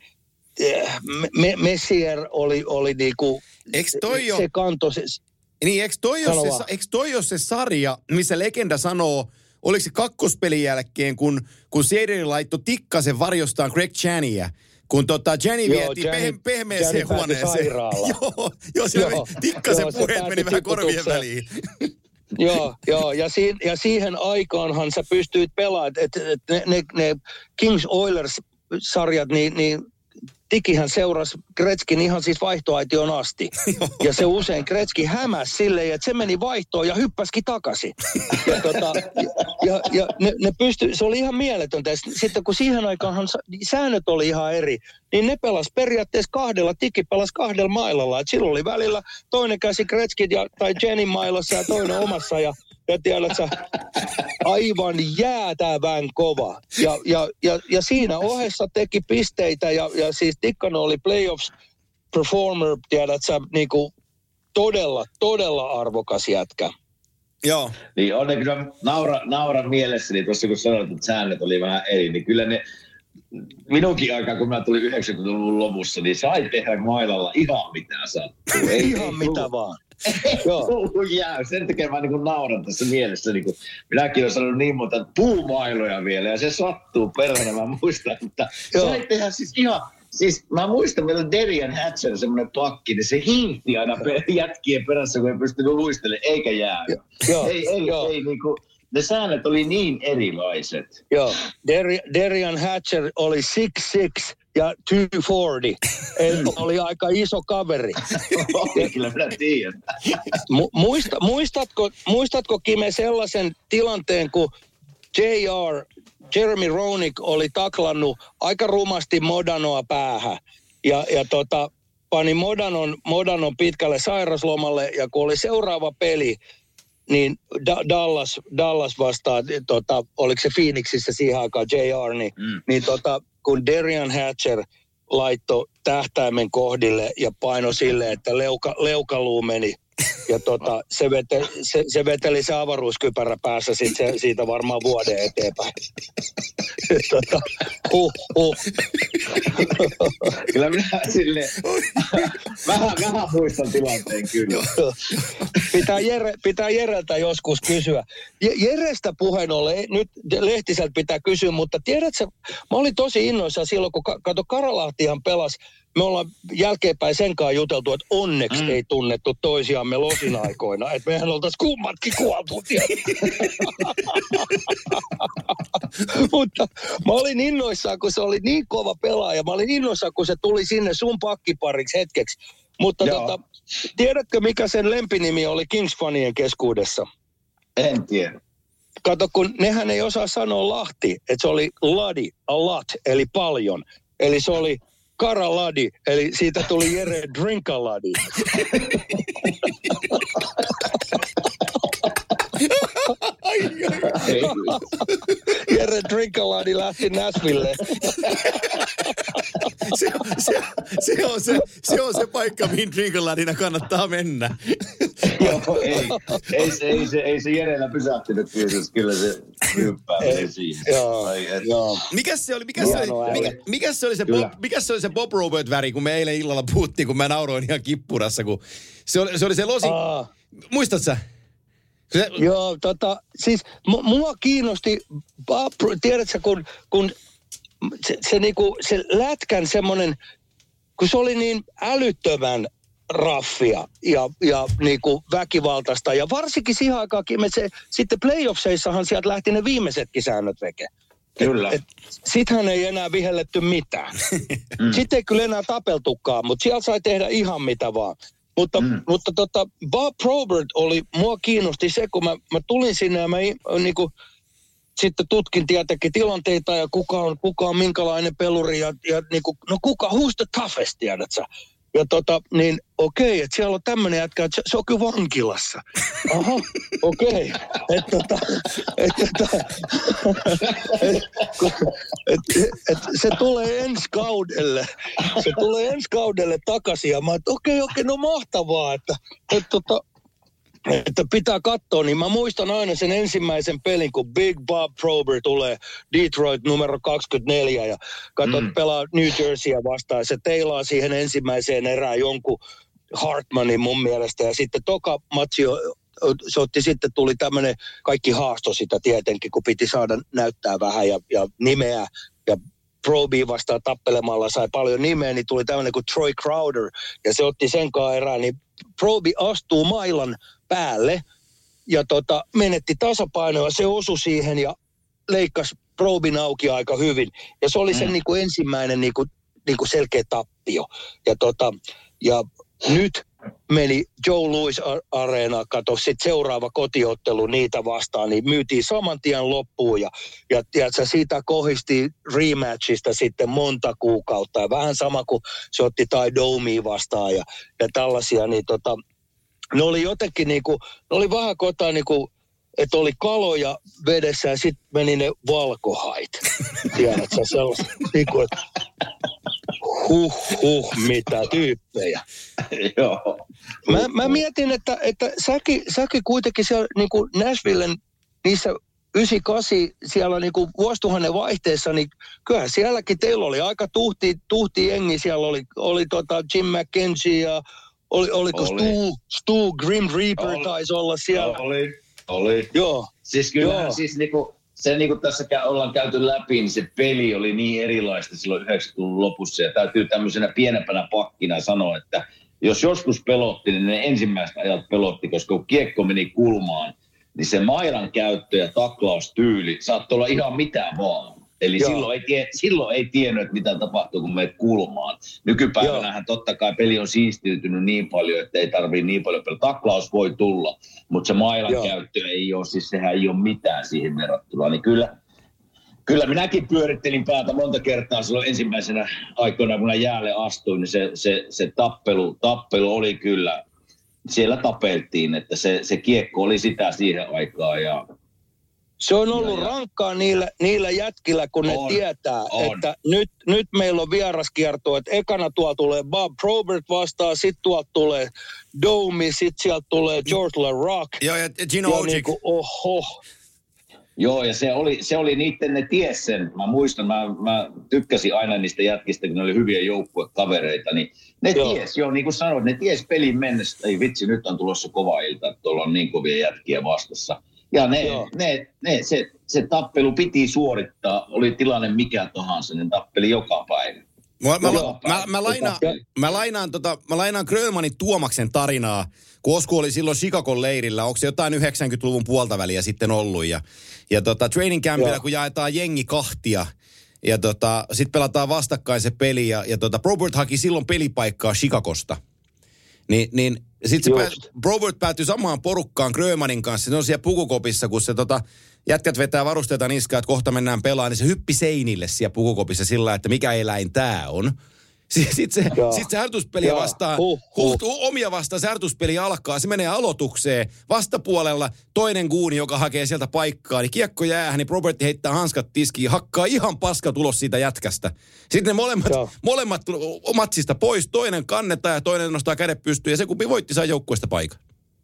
me, Messier oli, oli niinku, toi jo, se kanto. Se, niin, eikö toi, se, eikö toi ole se sarja, missä legenda sanoo, oliko se kakkospelin jälkeen, kun, kun Saderi laittoi tikkasen varjostaan Greg Chania, kun tota Jenny vietiin peh- pehmeeseen huoneeseen. joo, joo, siellä joo, tikkasen joo, puheet meni vähän korvien väliin. joo, joo ja, si- ja siihen aikaanhan sä pystyit pelaamaan, että et ne, ne, ne Kings Oilers-sarjat, niin, niin Tikihän seurasi Gretzkin ihan siis vaihtoaition asti. Ja se usein Gretzki hämäsi silleen, että se meni vaihtoon ja hyppäski takaisin. Ja, tota, ja, ja ne, ne pystyi, se oli ihan mieletöntä. Sitten kun siihen aikaanhan säännöt oli ihan eri, niin ne pelasi periaatteessa kahdella, Tiki pelasi kahdella mailalla. Et silloin oli välillä toinen käsi Gretzkin ja, tai Jenny mailassa ja toinen omassa ja Ja tiedätkö, aivan jäätävän kova. Ja, ja, ja, ja siinä ohessa teki pisteitä ja, ja siis Tikkanen oli playoffs performer, tiedätkö, niin kuin todella, todella arvokas jätkä. Joo. Niin on ne kyllä naura, naura mielessäni, tuossa kun sanoit, että säännöt oli vähän eri, niin kyllä ne minunkin aikaan, kun mä tulin yhdeksänkymmentäluvun lopussa, niin sai tehdä mailalla ihan mitä sattuu. Ei, ihan ei, mitä vaan. Joo. Jää. Sen takia mä niin nauran tässä mielessä. Niin kuin, minäkin olen sanonut niin monta puumailoja vielä ja se sattuu perhana. Mä muistan, että sai tehdä siis ihan... Siis mä muistan, meillä on Derian Hatcher, semmoinen pakki, niin se hiihti aina jätkien perässä, kun ei pystynyt luistelemaan, eikä jää. Joo. Ei, ei, Joo. ei niin kuin... Ne säännöt oli niin erilaiset. Joo, Der- Derian Hatcher oli six six ja two neljäsataayhdeksänkymmentä. Eli oli aika iso kaveri. Kyllä minä tiedän. Mu- muista, muistatko, muistatko Kime sellaisen tilanteen, kun J R, Jeremy Roenick oli taklannut aika rumasti Modanoa päähän. Ja, ja tota, pani Modanon, Modanon pitkälle sairaslomalle ja kun oli seuraava peli, niin da- Dallas, Dallas vastaa, tota, oliko se Phoenixissä siihen aikaan J R, niin, mm. niin tota, kun Derian Hatcher laittoi tähtäimen kohdille ja paino silleen, että leuka, leukaluu meni. Ja tota, se, vete, se, se veteli se avaruuskypärä päässä sit se, siitä varmaan vuoden eteenpäin. tota, huh, huh. Kyllä minä silleen, vähän, vähän muistan tilanteen kyllä. pitää, Jere, pitää Jereltä joskus kysyä. Jerestä puheen ollen, nyt Lehtiseltä pitää kysyä, mutta tiedätkö, mä olin tosi innoissaan silloin, kun kato Karalahtihan pelasi. Me ollaan jälkeenpäin senkaan juteltu, että onneksi mm. ei tunnettu toisiamme losin aikoina. Että mehän oltaisiin kummatkin kuoltu. Mutta mä olin innoissaan, kun se oli niin kova pelaaja. Mä olin innoissaan, kun se tuli sinne sun pakkipariksi hetkeksi. Mutta tota, tiedätkö, mikä sen lempinimi oli Kings-fanien keskuudessa? En tiedä. Kato, kun nehän ei osaa sanoa Lahti, että se oli ladi, a lot, eli paljon. Eli se oli Karaladi, eli siitä tuli Jere Drinkaladi. Jere Drinkaladi lähti Nashville. se, se, se, on se, se on se paikka, mihin Drinkaladina kannattaa mennä. Joo, ei, ei, se, ei, se, ei se Jerellä pysähtynyt kyllä, kyllä se hyppää siinä. Mikäs se oli, mikäs se oli, mikä, mikäs se oli se, Bob, mikäs se oli se Bob Robert-väri, kun me eilen illalla puhuttiin, kun mä nauroin ihan kippurassa, kun se oli se, oli se losi. Aa. Muistat sä? Se... Joo, tota, siis m- mua kiinnosti, tiedätkö, kun, kun se, se, niinku, se lätkän semmoinen, kun se oli niin älyttömän raffia ja, ja niinku väkivaltaista. Ja varsinkin siihen aikaakin, me se, sitten playoffseissahan sieltä lähti ne viimeisetkin säännöt veke. Kyllä. Sittenhän ei enää vihelletty mitään. mm. Sitten ei kyllä enää tapeltukaan, mutta siellä sai tehdä ihan mitä vaan. Mutta, mm. mutta tota, Bob Probert oli, mua kiinnosti se, kun mä, mä tulin sinne ja mä niinku, sitten tutkin tietenkin tilanteita ja kuka on, kuka on minkälainen peluri ja, ja niinku, no kuka, who's the toughest, tiedät sä? Ja tota, niin okei, että siellä on tämmöinen jätkä, että se, se on kyllä vankilassa. Aha, okei. Että tota, et, tota, et, et, et, se tulee ensi kaudelle. Se tulee ensi kaudelle takaisin. Ja mä että okei, okei, no mahtavaa, että, et, tota, että pitää katsoa. Niin mä muistan aina sen ensimmäisen pelin, kun Big Bob Probert tulee Detroit numero kaksikymmentäneljä ja katsot mm. pelaa New Jerseyä vastaan. Se teilaa siihen ensimmäiseen erään jonkun Hartmanin mun mielestä. Ja sitten toka matsi, se otti sitten tuli tämmöinen, kaikki haasto sitä tietenkin, kun piti saada näyttää vähän ja, ja nimeä. Ja Proby vastaan tappelemalla sai paljon nimeä, niin tuli tämmöinen kuin Troy Crowder. Ja se otti sen kanssa erään, niin Proby astuu mailan päälle ja tota, menetti tasapainoa. Se osui siihen ja leikkasi Probyn auki aika hyvin. Ja se oli sen mm. niin kuin ensimmäinen niin kuin, niin kuin selkeä tappio. Ja, tota, ja nyt meni Joe Louis Areena, kato sitten seuraava kotiottelu niitä vastaan, niin myytiin saman tien loppuun ja, ja tiedätkö, siitä kohisti rematchista sitten monta kuukautta ja vähän sama kuin se otti tai Domea vastaan ja, ja tällaisia, niin tota, ne oli jotenkin niinku, ne oli vähän kotaan niinku, että oli kaloja vedessä ja sitten meni ne valkohait. Tiedätkö, sellaista niinku, että huh, huh, mitä tyyppejä. Joo. Mä, mä mietin, että, että säkin, säkin kuitenkin siellä niin kuin Nashvillen niissä yhdeksänkymmentäkahdeksan siellä niin kuin vuosituhannen vaihteessa, niin kyllähän sielläkin teillä oli aika tuhti, tuhti jengi. Siellä oli, oli tota Jim McKenzie ja oli, oliko oli. Stu, Stu Grim Reaper oli. Taisi olla siellä. Oli, oli. Joo. Siis kyllähän Joo. siis niinku... Se niin kuin tässä ollaan käyty läpi, niin se peli oli niin erilaista silloin yhdeksänkymmentäluvun lopussa. Ja täytyy tämmöisenä pienempänä pakkina sanoa, että jos joskus pelotti, niin ne ensimmäiset ajat pelotti, koska kun kiekko meni kulmaan, niin se mailan käyttö ja taklaustyyli saattoi olla ihan mitä vaan. Eli silloin ei, tie, silloin ei tiennyt, mitä tapahtuu, kun menet kulmaan. Nykypäivänähän totta kai peli on siistiytynyt niin paljon, että ei tarvitse niin paljon pelata. Taklaus voi tulla, mutta se mailan Joo. käyttö ei ole, siis sehän ei ole mitään siihen verrattuna. Niin kyllä, kyllä minäkin pyörittelin päätä monta kertaa silloin ensimmäisenä aikoina, kun jäälle astuin, niin se, se, se tappelu, tappelu oli kyllä, siellä tapeltiin, että se, se kiekko oli sitä siihen aikaan ja se on ollut ja, rankkaa niillä, niillä jätkillä, kun on, ne tietää, on. Että nyt, nyt meillä on vieraskierto, että ekana tuolla tulee Bob Probert vastaan, sitten tuolta tulee Domi, sitten sieltä tulee George LaRock. Joo, ja Gino Ojic. Niin oho. Joo, ja se oli, se oli niitten, ne ties sen. Mä muistan, mä, mä tykkäsin aina niistä jätkistä, kun ne oli hyviä joukkuekavereita, niin ne joo. ties, joo, niin kuin sanoit, ne ties pelin mennessä, ei vitsi, nyt on tulossa kova ilta, että tuolla on niin kovia jätkiä vastassa. Ja ne, ne, ne, se, se tappelu piti suorittaa, oli tilanne mikä tahansa, ne tappeli joka päivä. Mä, mä, mä, mä, mä, lainaan, mä, lainaan, tota, mä lainaan Grönmanin Tuomaksen tarinaa, kun Osku oli silloin Chicagon leirillä, onko se jotain yhdeksänkymmentäluvun puoltaväliä sitten ollut. Ja, ja tota, training campilla, kun jaetaan jengi kahtia, ja tota, sitten pelataan vastakkain se peli, ja, ja tota, Probert haki silloin pelipaikkaa Chicagosta. Ni, niin sitten se pää, Probert päätyi samaan porukkaan Grönmanin kanssa. Se on siellä pukukopissa, kun se tota, jätkät vetää varusteita niskaan, että kohta mennään pelaamaan, niin se hyppi seinille siellä pukukopissa sillä, että mikä eläin tää on. Sitten se, sit se harjoituspeli vastaan, huh, huh. Huh, omia vastaan se harjoituspeli alkaa, se menee aloitukseen. Vastapuolella toinen guuni, joka hakee sieltä paikkaa, niin kiekko jäähän, niin Robertti heittää hanskat tiskiin, hakkaa ihan paska tulos siitä jätkästä. Sitten ne molemmat, molemmat matsista pois, toinen kannetaan ja toinen nostaa kädet pystyyn ja se kumpi voitti saa joukkueesta paikan.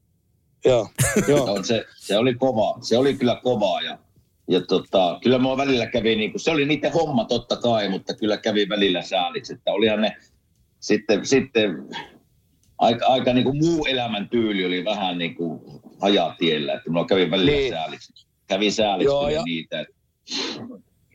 Joo, joo. No, se, se oli kova, se oli kyllä kovaa ja Ja tota, kyllä mua välillä kävi, niin kuin, se oli niiden homma totta kai, mutta kyllä kävi välillä sääliksi, että olihan ne sitten, sitten aika, aika niin kuin muu elämäntyyli oli vähän niin kuin hajatiellä, että mua kävi välillä niin sääliksi. Kävi sääliksi Joo, ja, niitä. Että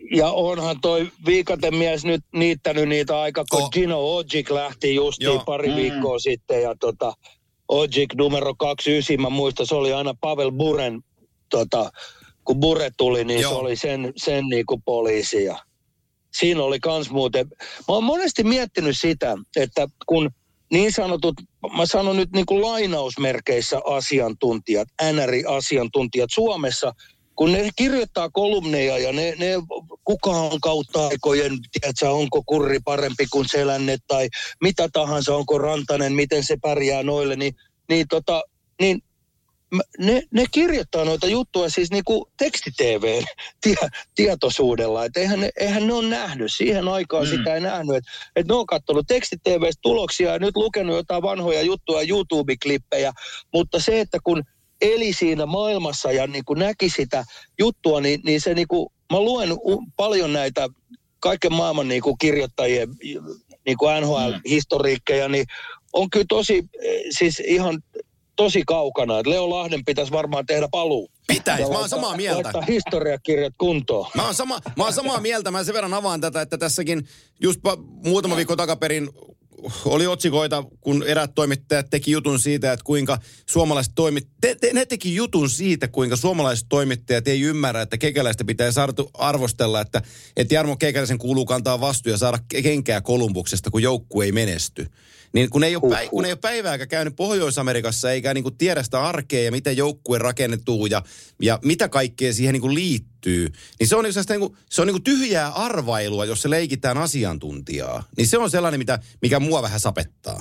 ja onhan toi viikatemies nyt niittänyt niitä aika, kun oh. Gino Ogic lähti justiin Joo. pari mm. viikkoa sitten. Ja tota, Ogic numero kaksikymmentäyhdeksän, mä muistan, se oli aina Pavel Buren, tota, kun Bure tuli, niin Joo. se oli sen, sen niinku poliisi. Ja siinä oli kans muuten, mä oon monesti miettinyt sitä, että kun niin sanotut, mä sanon nyt niin kuin lainausmerkeissä asiantuntijat, N R I-asiantuntijat Suomessa, kun ne kirjoittaa kolumneja ja ne, ne kuka on kautta aikojen, tiedätkö, onko Kurri parempi kuin Selänne tai mitä tahansa, onko Rantanen, miten se pärjää noille, niin, niin, tota, niin ne, ne kirjoittaa noita juttuja siis niin kuin teksti-tv:n tie, tietoisuudella. Että eihän ne, eihän ne ole nähnyt. Siihen aikaan mm. sitä ei nähnyt. Että et ne on katsonut teksti-tv:stä tuloksia ja nyt lukenut jotain vanhoja juttuja, YouTube-klippejä. Mutta se, että kun eli siinä maailmassa ja niin kuin näki sitä juttua, niin, niin se niin kuin, mä luen paljon näitä kaiken maailman niin kuin kirjoittajien niin kuin N H L-historiikkeja, niin on kyllä tosi, siis ihan tosi kaukana. Että Leo Lahden pitäisi varmaan tehdä paluu. Pitäisi, mä oon samaa mieltä. Laittaa historiakirjat kuntoon. Mä oon, sama, mä oon samaa mieltä, mä sen verran avaan tätä, että tässäkin just pa, muutama viikko takaperin oli otsikoita, kun eräät toimittajat teki jutun siitä, että kuinka suomalaiset toimittajat, te, te, ne teki jutun siitä, kuinka suomalaiset toimittajat ei ymmärrä, että kekäläistä pitää saada arvostella, että, että Jarmo Kekäläisen kuuluu kantaa vastuu ja saada kenkää Kolumbuksesta, kun joukkue ei menesty. Niin kun ei ole, päi, kun ei ole päivääkään käynyt Pohjois-Amerikassa eikä niin kuin tiedä sitä arkea ja miten joukkue rakennetuu ja, ja mitä kaikkea siihen niin kuin liittyy, niin se on, niin kuin, se on niin kuin tyhjää arvailua, jos se leikitään asiantuntijaa. Niin se on sellainen, mitä, mikä mua vähän sapettaa.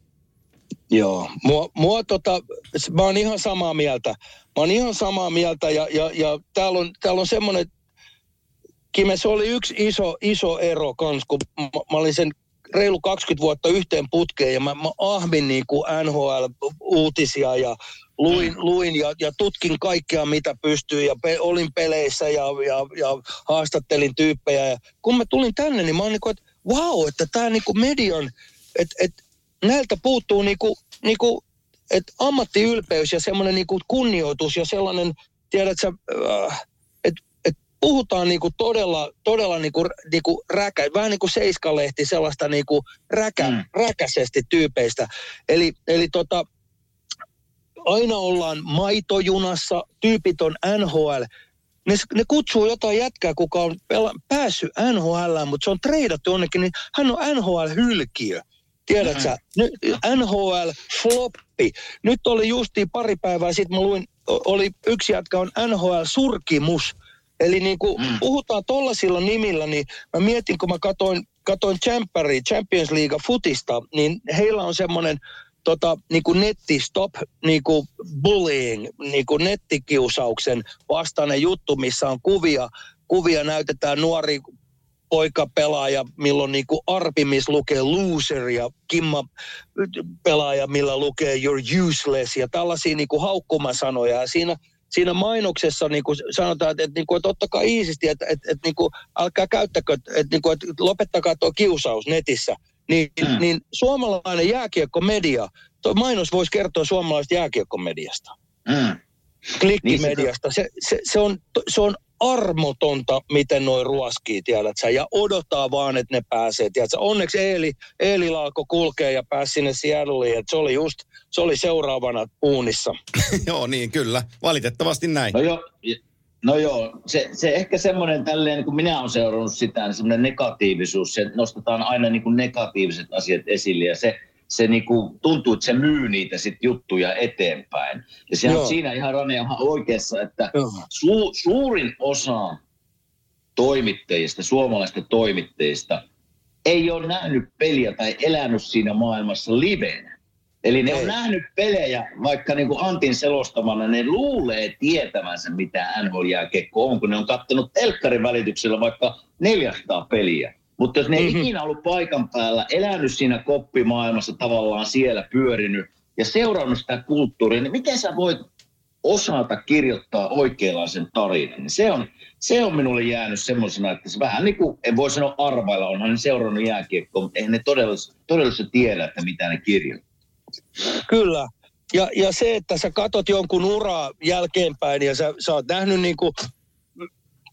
Joo, mua, mua tota, mä oon ihan samaa mieltä. Mä oon ihan samaa mieltä ja, ja, ja täällä on, täällä on semmoinen, Kime, se oli yksi iso, iso ero kans, kun mä, mä olin sen reilu kaksikymmentä vuotta yhteen putkeen ja mä, mä ahmin niin kuin N H L-uutisia ja luin, luin ja, ja tutkin kaikkea, mitä pystyy ja pe, olin peleissä ja, ja, ja haastattelin tyyppejä. Ja kun mä tulin tänne, niin mä oon niin kuin, että vau, että tää niin kuin median, että et, näiltä puuttuu niin kuin, niin kuin, että ammattiylpeys ja semmoinen niin kuin kunnioitus ja sellainen, tiedätkö, äh, puhutaan niinku todella, todella niinku, niinku räkä, vähän niin kuin Seiskalehti, sellaista niinku räkä, mm. räkäisesti tyypeistä. Eli, eli tota, aina ollaan maitojunassa, tyypit on N H L. Ne, ne kutsuu jotain jätkää, kuka on pela, päässyt N H L:ään, mutta se on treidattu jonnekin, niin hän on N H L-hylkiö. Tiedätkö sä? Mm-hmm. N H L-floppi. Nyt oli justiin pari päivää sitten, mä luin, oli yksi jätkä on N H L-surkimus. Eli niin kuin mm. puhutaan tollasilla nimillä, niin mä mietin, kun mä katoin, katoin Champions, Champions League futista, niin heillä on semmoinen tota, niin kuin netti stop niin kuin bullying, niin kuin nettikiusauksen vastainen juttu, missä on kuvia. Kuvia näytetään nuori poikapelaaja, milloin niin kuin Arpimis lukee loser ja Kimma pelaaja, millä lukee you're useless ja tällaisia niin kuin haukkumasanoja. Ja siinä Siinä mainoksessa niin kuin sanotaan, että, että, että ottakaa iisisti, että, että, että niin kuin, älkää käyttäkö, että, niin kuin, että lopettakaa tuo kiusaus netissä. Niin, mm. niin suomalainen jääkiekkomedia, tuo mainos voisi kertoa suomalaisesta jääkiekkomediasta. Mm. Klikkimediasta. Se, se, se, on, se on armotonta, miten noi ruoskii, tiedätkö, ja odottaa vaan, että ne pääsee, tiedätkö. Onneksi Eeli, Eeli Laalko kulkee ja pääsi sinne Seattleiin, että se oli just, se oli seuraavana uunissa. Joo, niin kyllä. Valitettavasti näin. No joo, no joo. Se, se ehkä semmoinen tälleen, kun minä olen seurannut sitä, niin semmoinen negatiivisuus, se nostetaan aina niin kuin negatiiviset asiat esille, ja se se niinku tuntuu, että se myy niitä sit juttuja eteenpäin. Ja se on siinä ihan Rane ihan oikeassa, että su, suurin osa toimittajista, suomalaisista toimittajista, ei ole nähnyt peliä tai elänyt siinä maailmassa livenä. Eli ne ei. on nähnyt pelejä, vaikka niin kuin Antin selostamana, ne luulee tietävänsä, mitä N H L-jääkiekko on, kun ne on kattonut telkkarin välityksellä vaikka neljäsataa peliä. Mutta jos ne ei mm-hmm. ikinä ollut paikan päällä, elänyt siinä koppimaailmassa tavallaan siellä pyörinyt ja seurannut sitä kulttuuria, niin miten sä voit osata kirjoittaa oikeanlaisen tarinan? Se on, se on minulle jäänyt semmoisena, että se vähän niin kuin, en voi sanoa arvailla, onhan ne seurannut jääkiekkoa, mutta eihän ne todellisuudessa todellisesti tiedä, että mitä ne kirjoittaa. Kyllä. Ja, ja se, että sä katot jonkun uraa jälkeenpäin ja sä, sä oot nähnyt niin kuin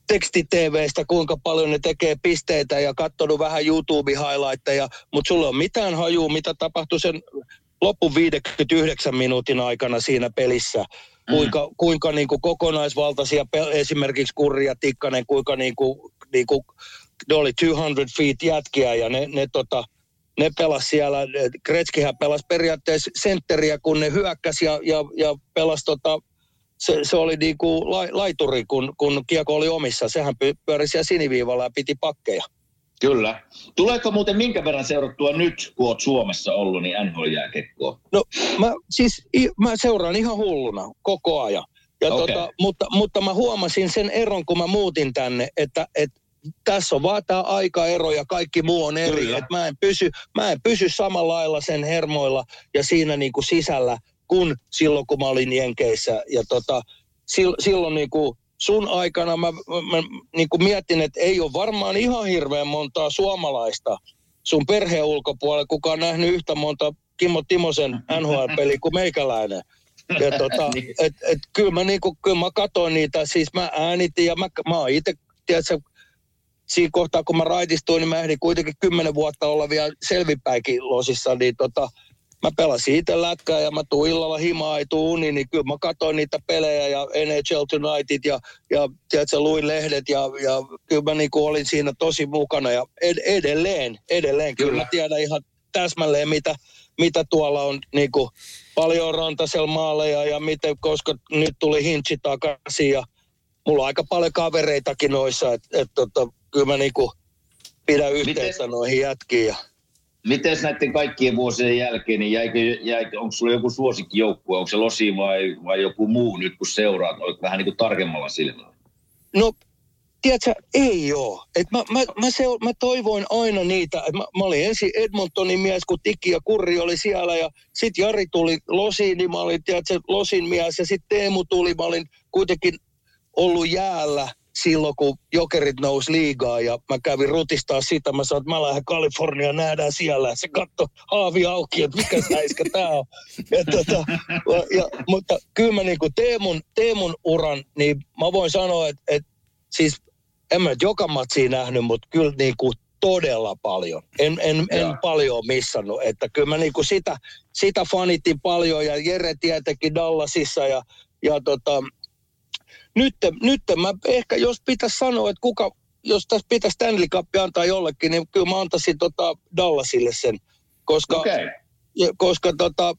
teksti-tv:stä, kuinka paljon ne tekee pisteitä ja katsonut vähän YouTube-highlightteja, mutta sulla on mitään hajua, mitä tapahtui sen lopun viidenkymmenenyhdeksän minuutin aikana siinä pelissä. Mm. Kuinka, kuinka niin kuin kokonaisvaltaisia, esimerkiksi Kurri ja Tikkanen, kuinka niin kuin, niin kuin, ne oli kaksisataa feet jätkiä ja ne, ne, tota, ne pelasi siellä. Gretzkyhän pelasi periaatteessa sentteriä, kun ne hyökkäsi ja, ja, ja pelasi tota, Se, se oli niin kuin la, laituri, kun, kun kiekko oli omissa. Sehän pyöri siellä siniviivalla ja piti pakkeja. Kyllä. Tuleeko muuten minkä verran seurattua nyt, kun olet Suomessa ollut, niin N H L-jääkiekkoa? No mä, siis, mä seuraan ihan hulluna koko ajan. Ja okay. tota, mutta, mutta mä huomasin sen eron, kun mä muutin tänne, että, että tässä on vaan tämä aikaero ja kaikki muu on eri. Että mä en pysy, mä en pysy samalla lailla sen hermoilla ja siinä niin kuin sisällä, kun silloin, kun mä olin Jenkeissä. Ja tota, silloin niin kuin sun aikana mä, mä niin kuin mietin, että ei ole varmaan ihan hirveän montaa suomalaista sun perheen ulkopuolella, kuka on nähnyt yhtä monta Kimmo Timosen N H L-peliä kuin meikäläinen. Ja tota, et, et, kyllä mä, niin kuin, kyllä mä katsoin niitä, siis mä äänitin ja mä, mä oon itse, tiedätkö, siinä kohtaa kun mä raitistuin, niin mä ehdin kuitenkin kymmenen vuotta olla vielä selvipäikin losissa, niin tota, mä pelasin itse lätkää ja mä tuun illalla himaan, ei tuu uni, niin kyllä mä katsoin niitä pelejä ja N H L Tonightit ja, ja tiedätkö, luin lehdet ja, ja kyllä mä niin kuin olin siinä tosi mukana ja ed- edelleen, edelleen kyllä. kyllä mä tiedän ihan täsmälleen, mitä, mitä tuolla on niin kuin paljon rantasella maaleja ja miten, koska nyt tuli Hintsi takaisin ja mulla on aika paljon kavereitakin noissa, että et, tota, kyllä mä niin kuin pidän yhteyttä Miten? noihin jätkiin ja miten näiden kaikkien vuosien jälkeen, niin jäikö, jäikö, onko sulla joku suosikkijoukkue, onko se Losi vai, vai joku muu nyt kun seuraat, olet vähän niin kuin tarkemmalla silmällä? No, tiedätkö, ei ole. Et mä, mä, mä, se, mä toivoin aina niitä, että mä, mä olin ensin Edmontonin mies, kun Tikki ja Kurri oli siellä ja sitten Jari tuli Losiin, niin mä olin, tiedätkö, Losin mies ja sitten Teemu tuli, mä olin kuitenkin ollut jäällä silloin, kun Jokerit nousi liigaa ja mä kävin rutistaa sitä, mä sanoin, että mä lähden Kaliforniaan, nähdään siellä. Se katsoi haavi auki, että mikä säiskä tää on. Ja tota, ja, mutta kyllä mä niinku Teemun, Teemun uran, niin mä voin sanoa, että, että siis en mä nyt joka matsia nähnyt, mutta kyllä niinku todella paljon. En, en, en paljon missannut, että kyllä mä niinku sitä, sitä fanitin paljon ja Jere tietenkin Dallasissa ja, ja tota, Nyt, nyt mä ehkä, jos pitäisi sanoa, että kuka, jos tässä pitäisi Stanley Cup antaa jollekin, niin kyllä mä antaisin tota Dallasille sen. Koska, okay. koska tota,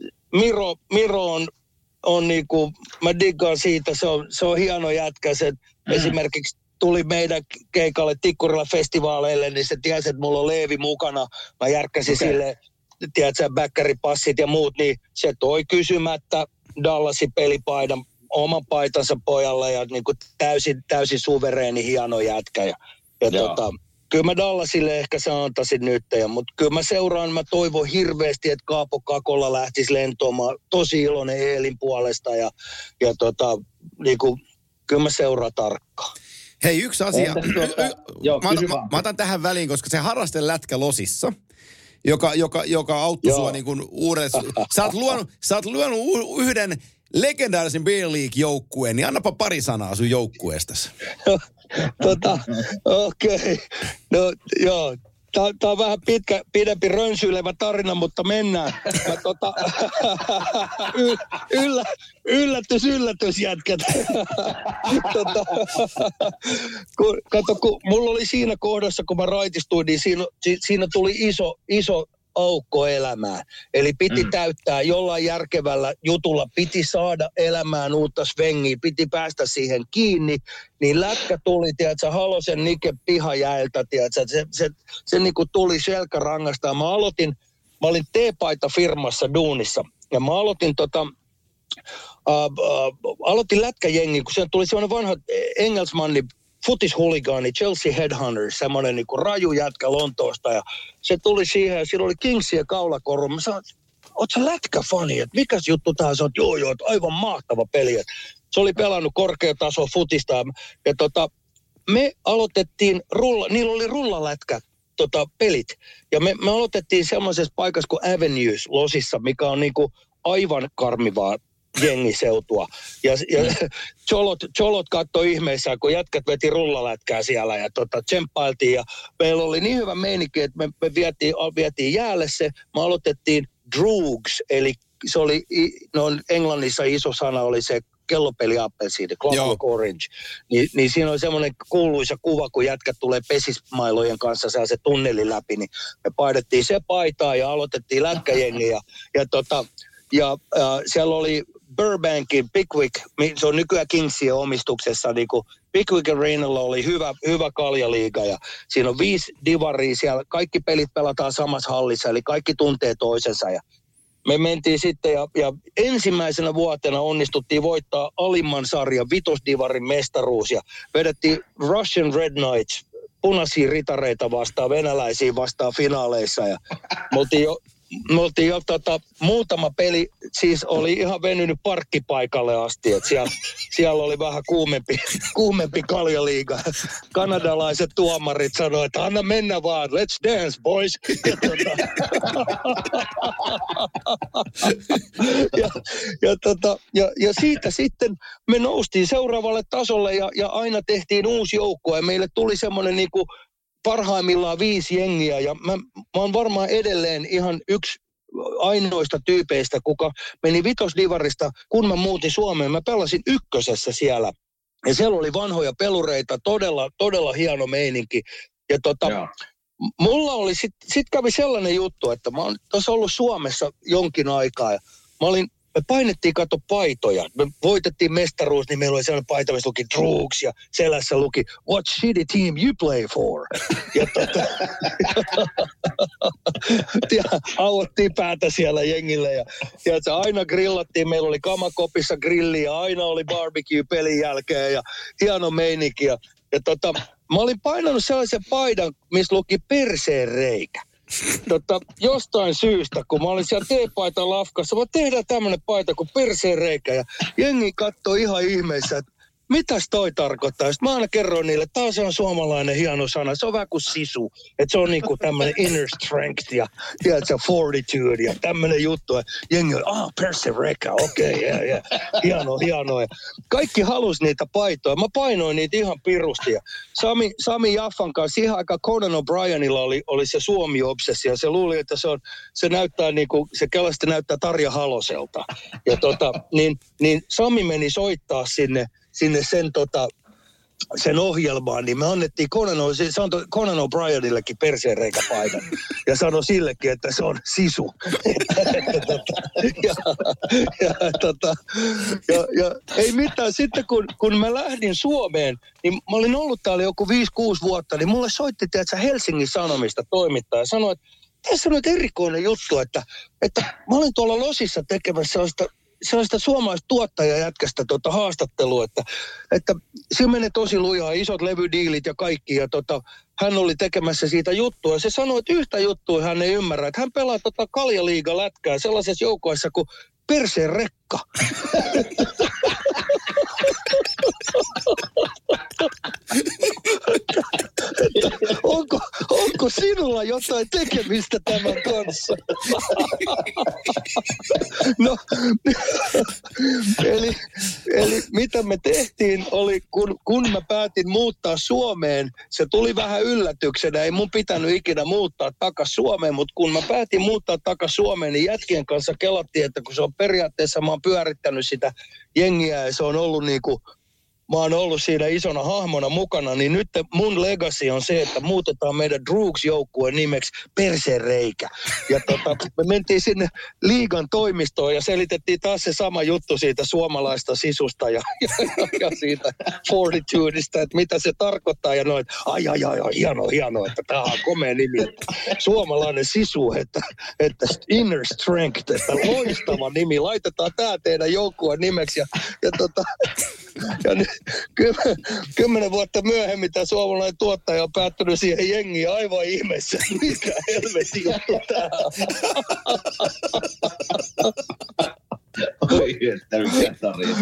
Miro, Miro on, on niinku, mä diggaan siitä, se on, se on hieno jätkä. Se mm. esimerkiksi tuli meidän keikalle Tikkurilla festivaaleille, niin se tiesi, että mulla on Leevi mukana. Mä järkkäsin okay. sille, tiedätkö, bäkkäripassit ja muut, niin se toi kysymättä Dallasin pelipaidan oman paitansa pojalle ja niin kuin täysin, täysin suvereeni hieno jätkä. Ja, ja tota, kyllä mä Dallasille ehkä se antaisin nyt, mutta kyllä mä seuraan, mä toivon hirveästi, että Kaapo Kakola lähtisi lentomaan. Tosi iloinen Eelin puolesta ja, ja tota, niin kuin, kyllä mä seuraan tarkkaan. Hei, yksi asia. Tuota, y- joo, mä, mä, mä otan tähän väliin, koska se harraste lätkä Losissa, joka, joka, joka auttoi sua niin kuin uudessa. Sä oot luonut, sä oot luonut yhden legendaarisen Beer League-joukkueen, niin annapa pari sanaa sun joukkueestasi. tota, okei. Okay. No joo, tää, tää on vähän pitkä, pidempi rönsyilevä tarina, mutta mennään. Mä, tota, y, yllä, yllätys, yllätys jätkät. tota, kun, kato, kun mulla oli siinä kohdassa, kun mä raitistuin, niin siinä, siinä tuli iso, iso aukko elämään. Eli piti mm. täyttää jollain järkevällä jutulla, piti saada elämään uutta svengiä, piti päästä siihen kiinni, niin lätkä tuli, tiedätkö, Halosen Nike pihajäiltä, tiedätkö, se, se, se niin kuin tuli selkärangasta. Mä aloitin, mä olin T-paita firmassa duunissa, ja mä aloitin tota, äh, äh, aloitin lätkäjengi, kun se tuli semmoinen vanha engelsmanni, futishuligaani, Chelsea Headhunters, semmoinen niin kuin raju jätkä Lontoosta, ja se tuli siihen, ja siinä oli Kingsi ja kaulakoru. Mä sanoin, oot sä lätkäfani, että mikäs juttu tää on? Sanoin, joo joo, aivan mahtava peli. Se oli pelannut korkeatasoa futista, ja tota, me aloitettiin, rulla, niillä oli rullalätkä tota, pelit, ja me, me aloitettiin semmoisessa paikassa kuin Avenues Losissa, mikä on niin kuin aivan karmivaa jengiseutua. Ja, ja cholot, cholot katsoi ihmeissään, kun jätkät veti rullalätkää siellä ja tota, tsemppailtiin. Ja meillä oli niin hyvä meininki, että me, me vietiin, vietiin jäälle se. Me aloitettiin droogs, eli se oli, no Englannissa iso sana oli se kellopeliappelsiini, Clockwork Orange. Ni, niin siinä oli semmoinen kuuluisa kuva, kun jätkät tulee pesismailojen kanssa saa se tunneli läpi, niin me painettiin se paitaa ja aloitettiin lätkäjengi. Ja, ja, tota, ja äh, siellä oli Burbankin Pickwick, se on nykyään Kingsien omistuksessa, niin kuin Pickwick Arenalla oli hyvä, hyvä kaljaliiga ja siinä on viisi divaria siellä, kaikki pelit pelataan samassa hallissa, eli kaikki tuntee toisensa ja me mentiin sitten ja, ja ensimmäisenä vuotena onnistuttiin voittaa alimman sarjan vitosdivarin mestaruus ja vedettiin Russian Red Knights, punaisia ritareita vastaan, venäläisiä vastaan finaaleissa ja me oltiin jo, me oltiin jo tota, muutama peli, siis oli ihan venynyt parkkipaikalle asti, että siellä, siellä oli vähän kuumempi, kuumempi kaljaliiga. Kanadalaiset tuomarit sanoivat, että anna mennä vaan, let's dance boys. Ja, tota, ja, ja, tota, ja, ja siitä sitten me noustiin seuraavalle tasolle ja, ja aina tehtiin uusi joukkue ja meille tuli semmoinen niinku parhaimmillaan viisi jengiä ja mä, mä oon varmaan edelleen ihan yksi ainoista tyypeistä, kuka meni vitosdivarista, kun mä muutin Suomeen. Mä pelasin ykkösessä siellä ja siellä oli vanhoja pelureita, todella, todella hieno meininki. Ja tota, ja. mulla oli, sit, sit kävi sellainen juttu, että mä oon tuossa ollut Suomessa jonkin aikaa ja mä olin me painettiin kato paitoja. Me voitettiin mestaruus, niin meillä oli sellainen paita, missä luki Droogs ja selässä luki What shitty team you play for? Ja tota, ja auottiin päätä siellä jengille ja tiedätkö, aina grillattiin. Meillä oli kamakopissa grilli ja aina oli barbecue pelin jälkeen ja hieno meininki. Ja, ja tota, mä olin painanut sellaisen paidan, missä luki perseen reikä. Tota, jostain syystä, kun mä olin siellä teepaita lafkassa, vaan tehdään tämmönen paita kuin perseen reikä. Ja jengi katsoo ihan ihmeessä, että mitäs toi tarkoittaa? Sitten mä aina kerron niille, että taas on suomalainen hieno sana. Se on vähän kuin sisu. Että se on niinku tämmönen inner strength ja tiedätkö, fortitude ja tämmönen juttu. Ja jengi on, ah, perseen reikä, okei, okay, yeah, yeah. hieno, hieno. Ja kaikki halusi niitä paitoja. Mä painoin niitä ihan pirusti. Ja Sami, Sami Jaffan kanssa siihen aikaan Conan O'Brienilla oli, oli se Suomi-obsessio. Se luuli, että se, on, se näyttää niinku, se kellasti näyttää Tarja Haloselta. Ja tota, niin, niin Sami meni soittaa sinne sinne sen, tota, sen ohjelmaan, niin me annettiin Conan, se antoi Conan O'Brienillekin perseenreikäpaidan ja sanoi sillekin, että se on sisu. ja, ja, tota, ja, ja ei mitään. Sitten kun, kun mä lähdin Suomeen, niin mä olin ollut täällä joku viisi kuusi vuotta, niin mulle soitti, että Helsingin Sanomista toimittaja ja sanoi, että tässä on nyt erikoinen juttu, että, että mä olin tuolla Losissa tekemässä sellaista sellaista suomalaista tuottajajätkästä tuota haastattelua, että, että siinä menee tosi lujaa, isot levydiilit ja kaikki, ja tota, hän oli tekemässä siitä juttua, ja se sanoi, että yhtä juttua hän ei ymmärrä, että hän pelaa tota kaljaliiga-lätkää sellaisessa joukoissa kuin perseen rekka. onko, onko sinulla jotain tekemistä tämän kanssa? no, eli, eli mitä me tehtiin oli, kun, kun mä päätin muuttaa Suomeen, se tuli vähän yllätyksenä, ei mun pitänyt ikinä muuttaa takas Suomeen, mutta kun mä päätin muuttaa takas Suomeen, niin jätkien kanssa kelattiin, että kun se on periaatteessa, mä oon pyörittänyt sitä jengiä ja se on ollut niinku, mä oon ollut siinä isona hahmona mukana, niin nyt mun legacy on se, että muutetaan meidän Droogs-joukkueen nimeksi Perseen reikä. Ja tota, me mentiin sinne liigan toimistoon ja selitettiin taas se sama juttu siitä suomalaista sisusta ja, ja, ja siitä fortitudeista, että mitä se tarkoittaa. Ja noin, ai ai ai, hieno, hieno, että tämä on komea nimi. Että suomalainen sisu, että, että inner strength, että loistava nimi. Laitetaan tämä teidän joukkueen nimeksi. Ja, ja tota... Ja nyt kymmen, kymmenen vuotta myöhemmin tämä suomalainen tuottaja on päättynyt siihen jengiin aivan ihmeessä. Mikä helvetin juttu tää on? Oi, että mikä tarina.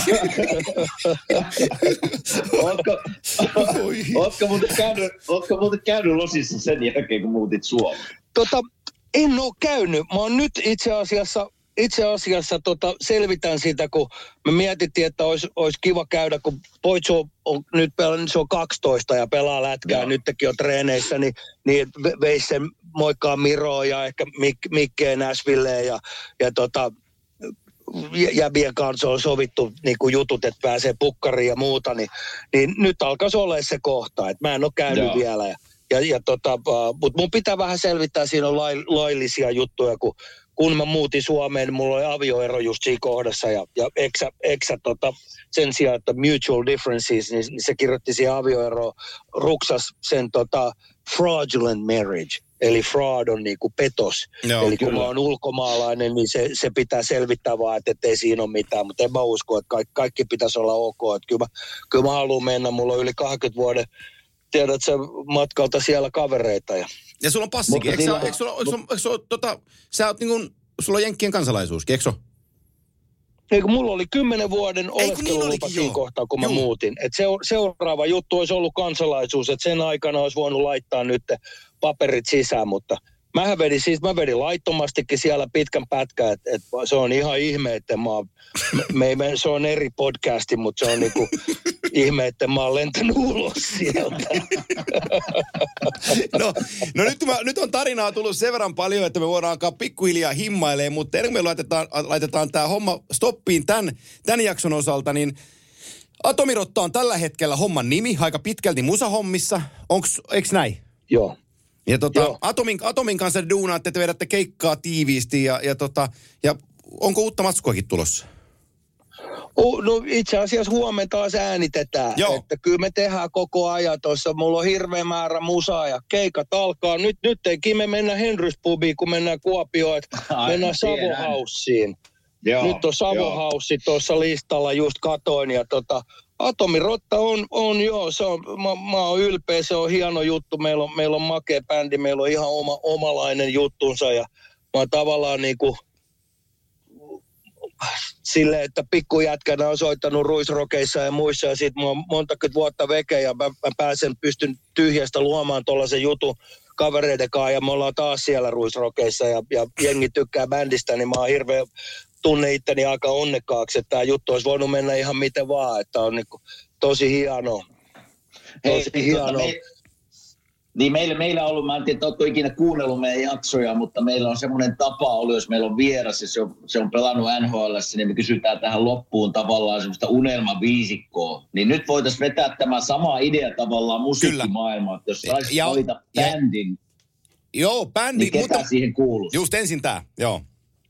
Ootko, ootko, muuten käynyt, ootko muuten käynyt Losissa sen jälkeen, kun muutit Suomeen? Tota, en ole käynyt. Mä oon nyt itse asiassa itse asiassa tota, selvitän sitä, kun me mietittiin, että olisi, olisi kiva käydä, kun Poitsu on, on nyt pelannut, se on kaksitoista ja pelaa lätkää, no. Nytkin on treeneissä, niin, niin veisi sen moikkaa Miroa ja ehkä Mik, Mikkeen Nashvilleen ja, ja tota, jäbien kanssa on sovittu niin kuin jutut, että pääsee pukkariin ja muuta, niin, niin nyt alkaisi olla se kohta, että mä en ole käynyt Joo. vielä. Ja, ja, ja tota, uh, mutta mun pitää vähän selvittää, siinä on lai, laillisia juttuja, kun, kun mä muutin Suomeen, niin mulla oli avioero just siinä kohdassa, ja, ja eksä, eksä tota, sen sijaan, että mutual differences, niin, niin se kirjoitti siihen avioeroon, ruksas sen tota, fraudulent marriage. Eli fraud on niinku petos. Joo, eli kun kyllä. Mä oon ulkomaalainen, niin se, se pitää selvittää vaan, että ettei siinä ole mitään. Mutta en mä usko, että kaikki, kaikki pitäisi olla ok. Että kyllä, mä, kyllä mä haluan mennä. Mulla on yli kaksikymmentä vuoden, tiedät sä, matkalta siellä kavereita. Ja, ja sulla on passikin. Eikö sä, eikö sulla, eikö sulla, eikö sulla, tota, sä oot niin kuin, sulla on jenkkien kansalaisuuskin, eikö se ole? Eikö mulla oli kymmenen vuoden oleskelulupa niin siinä kohtaa, kun Joo. mä muutin. Et se, seuraava juttu olisi ollut kansalaisuus, että sen aikana olisi voinut laittaa nyt paperit sisään, mutta mähän vedin, siis mä vedin laittomastikin siellä pitkän pätkän, että et se on ihan ihme, että mä oon, me, me, se on eri podcasti, mutta se on niinku ihme, että mä oon lentänyt ulos sieltä. No, no nyt, mä, nyt on tarinaa tullut sen verran paljon, että me voidaan alkaa pikkuhiljaa himmailemaan, mutta ennen kuin me laitetaan, laitetaan tämä homma stoppiin tämän, tämän jakson osalta, niin Atomirotta on tällä hetkellä homman nimi, aika pitkälti musahommissa. Onks, eiks näin? Joo. Ja tota, Atomin, Atomin kanssa duunaatte, te vedätte keikkaa tiiviisti ja, ja, tota, ja onko uutta matskuakin tulossa? Oh, no itse asiassa huomenna taas äänitetään. Joo. Että kyllä me tehdään koko ajan tuossa. Mulla on hirveä määrä musaa ja keikat alkaa. Nyt, nyt eikin me mennä Henrys Pubiin, kun mennään Kuopioon, että mennään Savo Houseen. Nyt on Savo House tuossa listalla, just katoin ja tota... Atomirotta on, on joo, se on, mä, mä oon ylpeä, se on hieno juttu, meillä on, meillä on makea bändi, meillä on ihan oma, omalainen juttunsa ja mä oon tavallaan niinku silleen, että pikkujätkänä on soittanut ruisrokeissa ja muissa ja sit mä oon montakymmentä vuotta veke ja mä, mä pääsen, pystyn tyhjästä luomaan tollasen jutun kavereiden kanssa ja me ollaan taas siellä ruisrokeissa ja, ja jengi tykkää bändistä, niin mä oon hirveän tunne itteni aika onnekkaaksi, että tämä juttu olisi voinut mennä ihan miten vaan, että on niinku tosi hienoa. Tosi Hei, hienoa. Tota, me, niin meillä, meillä on ollut, mä en tiedä, oletko ikinä kuunnellut meidän jaksoja, mutta meillä on semmoinen tapa ollut, jos meillä on vieras ja se on, se on pelannut N H L:ssä, niin me kysytään tähän loppuun tavallaan semmoista unelmaviisikkoa. Niin nyt voitaisiin vetää tämä sama idea tavallaan musiikkimaailmaan, että jos saisi valita bändin, joo, bändi, niin ketä mutta siihen kuuluu? Just ensin tämä, joo.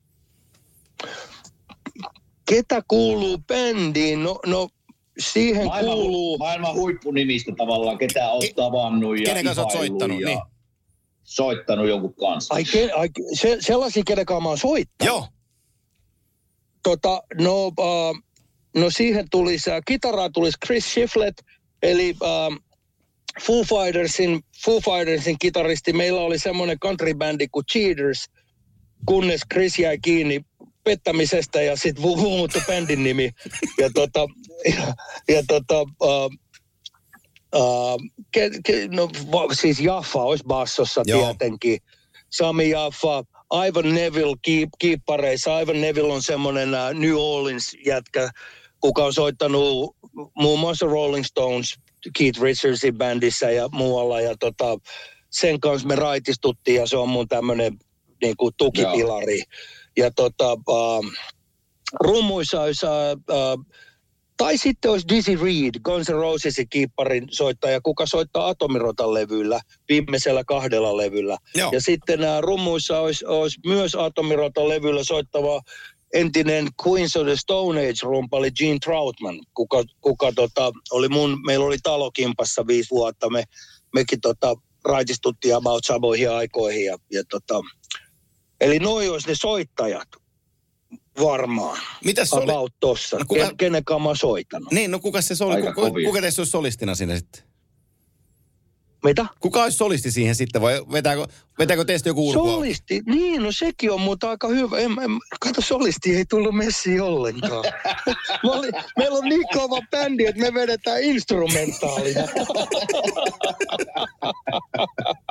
Ketä kuuluu bändiin? No, no siihen maailman, kuuluu... Maailman huippunimistä tavallaan, ketä olet tavannut ja kenen kanssa olet soittanut, ja niin. soittanut jonkun kanssa. Ai, ke, ai se, sellaisia, kenen kanssa mä oon soittanut? Joo. Tota, no, uh, no siihen tulisi, uh, kitaraa tulisi Chris Shiflett, eli uh, Foo Fightersin, Foo Fightersin kitaristi. Meillä oli semmoinen country-bändi kuin Cheaters, kunnes Chris jäi kiinni pettämisestä ja sitten muuttui bändin nimi. Ja tota, ja, ja tota, uh, uh, ke, ke, no siis Jaffa olisi bassossa Joo. tietenkin. Sami Jaffa, Ivan Neville kiip, kiippareissa. Ivan Neville on semmoinen uh, New Orleans-jätkä, kuka on soittanut muun muassa Rolling Stones, Keith Richardsin bändissä ja muualla. Ja tota, sen kanssa me raitistuttiin ja se on mun tämmöinen niinku tukipilari. Joo. Ja tota, uh, rummuissa olisi, uh, tai sitten olisi Dizzy Reed, Guns N' Rosesin kiipparin soittaja, kuka soittaa Atomirotan levyllä, viimeisellä kahdella levyllä. Joo. Ja sitten uh, rummuissa olisi, olisi myös Atomirotan levyllä soittava entinen Queens of the Stone Age-rumpali Gene Troutman, kuka, kuka tota, oli mun, meillä oli talokimpassa viisi vuotta, me, mekin tota, raitistuttiin about samoihin aikoihin ja, ja tota, eli noi olisi ne soittajat varmaan. Mitäs se oli? About tossa. No, kuka... Kenen kanssa mä oon soittanut. Niin, no kuka se oli? Kuka, kuka teistä olisi solistina siinä sitten? Mitä? Kuka olisi solisti siihen sitten vai vetääkö, vetääkö teistä joku urkua? Solisti? Niin, no sekin on muuta aika hyvä. En, en, kato, solisti ei tullut messiin ollenkaan. Olin, meillä on niin kova bändi, että me vedetään instrumentaalina.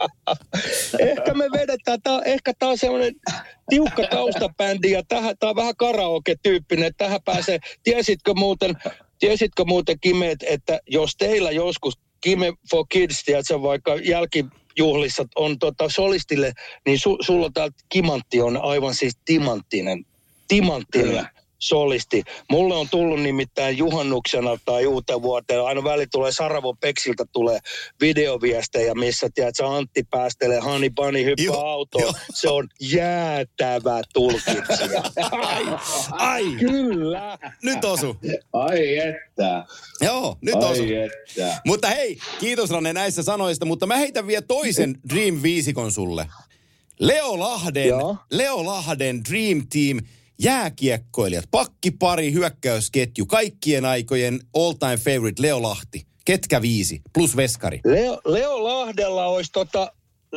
Ehkä me vedetään, tää, ehkä tää on semmoinen tiukka taustabändi ja tähän, tää on vähän karaoke-tyyppinen. Tähän pääsee, tiesitkö muuten, tiesitkö muuten Kime, että jos teillä joskus Kime for Kids, tiedätkö, vaikka jälkijuhlissa on tota solistille, niin su, sulla täällä Kimantti on aivan siis timanttinen, timanttinen. Kyllä. Solisti. Mulle on tullut nimittäin juhannuksena tai uuteen vuoteen. Aina väli tulee Saravon Peksiltä tulee videoviestejä, missä tiedätkö, Antti päästelee Hani Bunny hyppää autoon. Se on jäätävä tulkitsija. Ai, ai. Kyllä. Nyt osu. Ai että. Joo, nyt ai osu. Että. Mutta hei, kiitos Ranne näistä sanoista, mutta mä heitän vielä toisen Dream viisikon sulle. Leo Lahden, Leo Lahden Dream Team. Jääkiekkoilijat, pakkipari, hyökkäysketju, kaikkien aikojen all time favorite Leo Lahti. Ketkä viisi, plus veskari? Leo, Leo Lahdella olisi tota,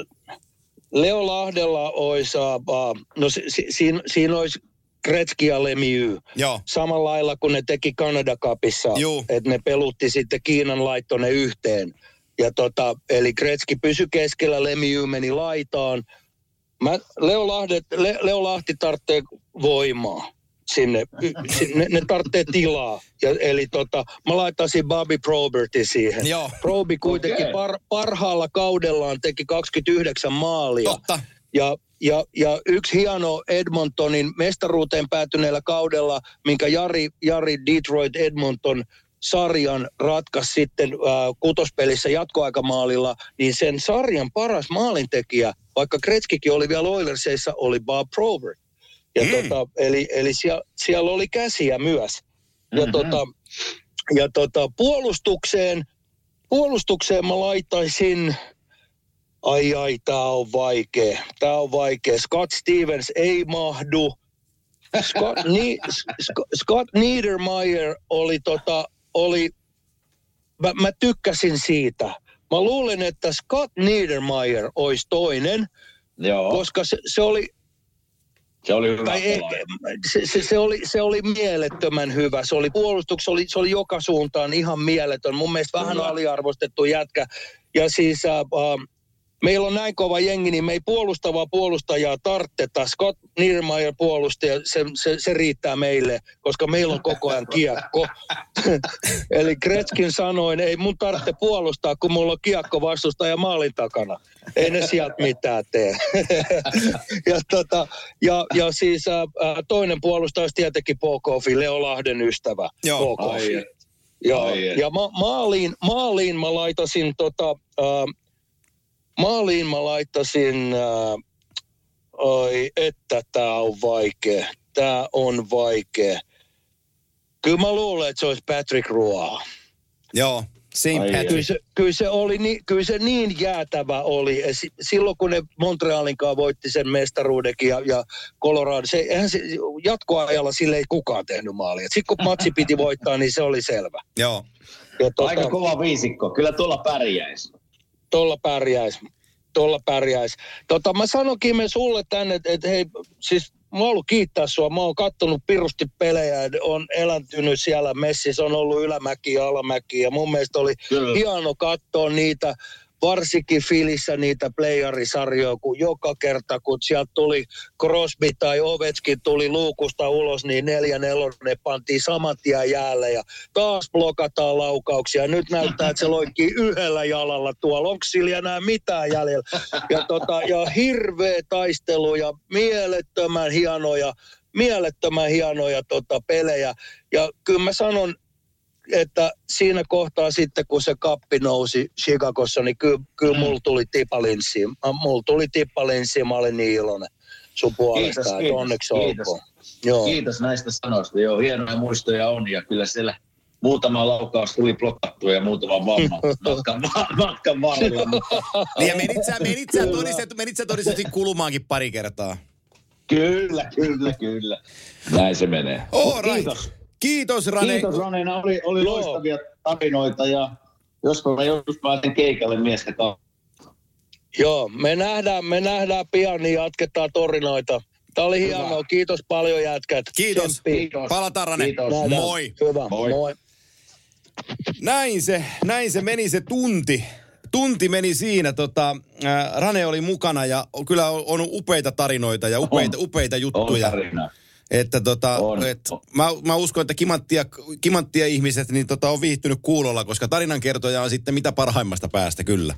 Leo Lahdella olisi, uh, no si, si, siinä, siinä olisi Gretzky ja Lemieux. Joo. Samalla lailla kuin ne teki Canada Cupissa, että ne pelutti sitten Kiinan laittoi ne yhteen. Ja tota, eli Gretzky pysyi keskellä, Lemieux meni laitaan. Mä, Leo, Lahde, Le, Leo Lahti tarvitsee voimaa sinne. Ne, ne tarvitsee tilaa. Ja, eli tota, mä laittaisin Bobby Probertin siihen. Joo. Probi kuitenkin okay. par, parhaalla kaudellaan teki kaksikymmentäyhdeksän maalia. Totta. Ja, ja, ja yksi hieno Edmontonin mestaruuteen päätyneellä kaudella, minkä Jari, Jari Detroit Edmonton sarjan ratkaisi sitten äh, kutospelissä jatkoaikamaalilla, niin sen sarjan paras maalintekijä, vaikka Gretzkykin oli vielä Oilersissa, oli Bob Probert. Ja mm. tota, eli eli siellä, siellä oli käsiä myös. Ja, mm-hmm. tota, ja tota, puolustukseen, puolustukseen mä laittaisin, ai ai, tää on vaikea, tää on vaikea. Scott Stevens ei mahdu. Scott, Ni, Scott Niedermayer oli tota, oli, mä, mä tykkäsin siitä. Mä luulen, että Scott Niedermayer olisi toinen, joo. Koska se, se oli... Se oli hyvä tai se, se, se, oli, se oli mielettömän hyvä. Se oli puolustus, se oli, se oli joka suuntaan ihan mieletön. Mun mielestä vähän hyvä. Aliarvostettu jätkä. Ja siis... Äh, äh, meillä on näin kova jengi, niin me ei puolustavaa puolustajaa tartteta. Scott Niedermayer puolustaja, se, se, se riittää meille, koska meillä on koko ajan kiekko. Eli Gretzkyn sanoin, ei mun tarvitse puolustaa, kun mulla on kiekko vastustaja maalin takana. Ei ne sieltä mitään tee. ja, tota, ja, ja siis ä, toinen puolustaja olisi tietenkin Pokofi, Leo Lahden ystävä. Joo. Ai, ja, ja ma, maaliin, maaliin mä laitasin tota... Ä, Maaliin mä laittasin, äh, oi, että tää on vaikea, tää on vaikea. Kyllä mä luulen, että se olisi Patrick Roy. Joo, Saint Patrick. Kyllä se, kyllä se, oli niin, kyllä se niin jäätävä oli. Silloin kun ne Montrealin kanssa voitti sen mestaruudenkin ja, ja Colorado, se, eihän se, jatkoajalla sille ei kukaan tehnyt maalia. Sitten kun matsi piti voittaa, niin se oli selvä. Joo. Ja tuota, aika kova viisikko, kyllä tuolla pärjäisi. Tuolla pärjäisi, tuolla pärjäisi. Tota, mä sanoinkin me sulle tänne, että et, hei, siis mä oon ollut kiittää sua. Mä oon kattonut pirusti pelejä, on elänyt siellä messissä, on ollut ylämäki ja alamäki. Ja mun mielestä oli Kyllä. hieno katsoa niitä, varsinkin Filissä niitä playerisarjoja, kun joka kerta, kun sieltä tuli Crosby tai Ovechkin tuli luukusta ulos, niin neljä nelonen pantiin saman tien jäälle ja taas blokataan laukauksia. Nyt näyttää, että se loikkii yhdellä jalalla tuolla. Onko sillä enää mitään jäljellä? Ja, tota, ja hirveä taistelu ja mielettömän hienoja, mielettömän hienoja tota, pelejä. Ja kyllä mä sanon, että siinä kohtaa sitten, kun se kappi nousi Chicagossa, niin kyllä, kyllä mulla tuli tipalinssi. Mulla tuli tipalinssi, mä olin niin iloinen sun puolesta. Kiitos, kiitos, onneksi kiitos. Joo. Kiitos näistä sanoista. Joo, hienoja muistoja on ja kyllä siellä muutama laukaus tuli blokattua ja muutama vamma matkan, matkan varrella. Niin ja menit sä, menit sä todistettu, menit sä todistettu kulumaankin pari kertaa. Kyllä, kyllä, kyllä. Näin se menee. All right. Kiitos. Kiitos, Rane. Kiitos, Rane. Oli, oli loistavia tarinoita ja joskus mä joskus pääsen keikalle miestä kautta. Joo, me nähdään, me nähdään pian, niin jatketaan torinoita. Tämä oli Hyvä. hienoa. Kiitos paljon, jätkät. Kiitos. Kiitos. Palataan, Rane. Kiitos. Moi. Hyvä. Moi. Moi. Näin se, näin se meni se tunti. tunti meni siinä. Tota, ää, Rane oli mukana ja kyllä on, on upeita tarinoita ja upeita, on. upeita juttuja. On tarina. Että tota, et, mä, mä uskon, että kimanttia, kimanttia ihmiset niin tota, on viihtynyt kuulolla, koska tarinankertoja on sitten mitä parhaimmasta päästä, kyllä.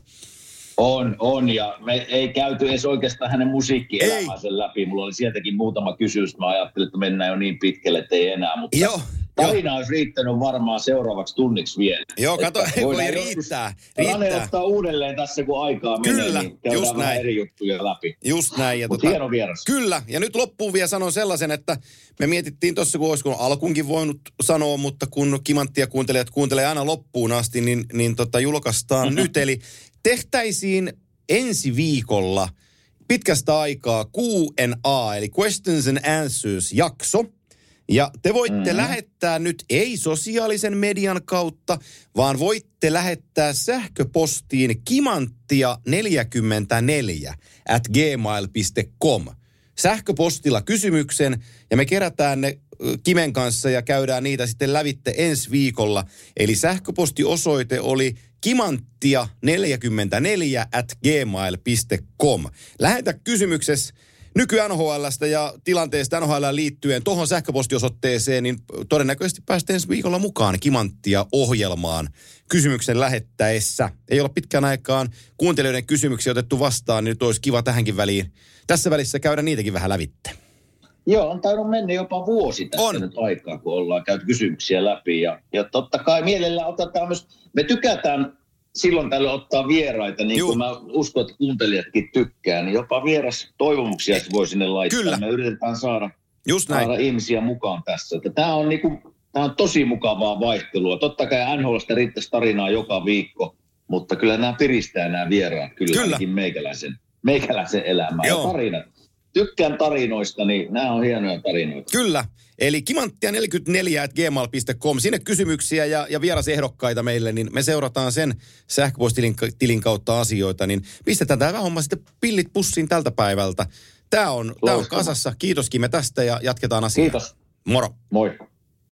On, on, ja me ei käyty edes oikeastaan hänen musiikkielämänsä läpi. Mulla oli sieltäkin muutama kysymys, mä ajattelin, että mennään jo niin pitkälle, että ei enää, mutta Joo, tarina jo. olisi riittänyt varmaan seuraavaksi tunniksi vielä. Joo, kato, voi riittää, Rane riittää. ottaa uudelleen tässä, kun aikaa Kyllä, menee, niin käydään just vähän näin. eri juttuja läpi. Just näin. Ja Mutta tota, hieno vieras. Kyllä, ja nyt loppuun vielä sanon sellaisen, että me mietittiin tuossa, kun olisiko alkuunkin voinut sanoa, mutta kun kimanttia kuuntelijat kuuntelee aina loppuun asti, niin, niin tota, julkaistaan mm-hmm. nyt. Eli tehtäisiin ensi viikolla pitkästä aikaa Q and A, eli Questions and Answers -jakso. Ja te voitte mm. lähettää nyt ei sosiaalisen median kautta, vaan voitte lähettää sähköpostiin kimanttia neljäkymmentäneljä at gmail piste com. Sähköpostilla kysymyksen ja me kerätään ne Kimen kanssa ja käydään niitä sitten lävitte ensi viikolla. Eli sähköpostiosoite oli kimanttia neljäkymmentäneljä at gmail piste com. Lähetä kysymyksessä nyky-N H L:stä ja tilanteesta N H L liittyen tuohon sähköpostiosoitteeseen, niin todennäköisesti päästä ensi viikolla mukaan kimanttia ohjelmaan kysymyksen lähettäessä. Ei ole pitkään aikaan kuuntelijoiden kysymyksiä otettu vastaan, niin nyt olisi kiva tähänkin väliin. Tässä välissä käydä niitäkin vähän lävitte. Joo, on tainnut mennä jopa vuosi tästä on. nyt aikaa, kun ollaan käyty kysymyksiä läpi. Ja, ja totta kai mielellään otetaan myös, me tykätään silloin tällöin ottaa vieraita, niin Juh. kuin mä uskon, että kuuntelijatkin tykkää, niin jopa vieras toivomuksia voi sinne laittaa. Kyllä. Me yritetään saada, Just näin. saada ihmisiä mukaan tässä. Tämä on, niinku, tää on tosi mukavaa vaihtelua. Totta kai N H L:stä riittäisi tarinaa joka viikko, mutta kyllä nämä piristää nämä vieraat. Kyllä, kyllä. ainakin meikäläisen, meikäläisen elämää Joo. ja tarinat. Tykkään tarinoista, niin nämä on hienoja tarinoita. Kyllä. Eli kimanttia neljäkymmentäneljä at gmail piste com. Sinne kysymyksiä ja, ja vierasehdokkaita meille, niin me seurataan sen sähköpostilin tilin kautta asioita. Niin pistetään tämä homma sitten pillit pussiin tältä päivältä. Tämä on, tämä on kasassa. Kiitos Kime tästä ja jatketaan asiaa. Kiitos. Moro. Moi.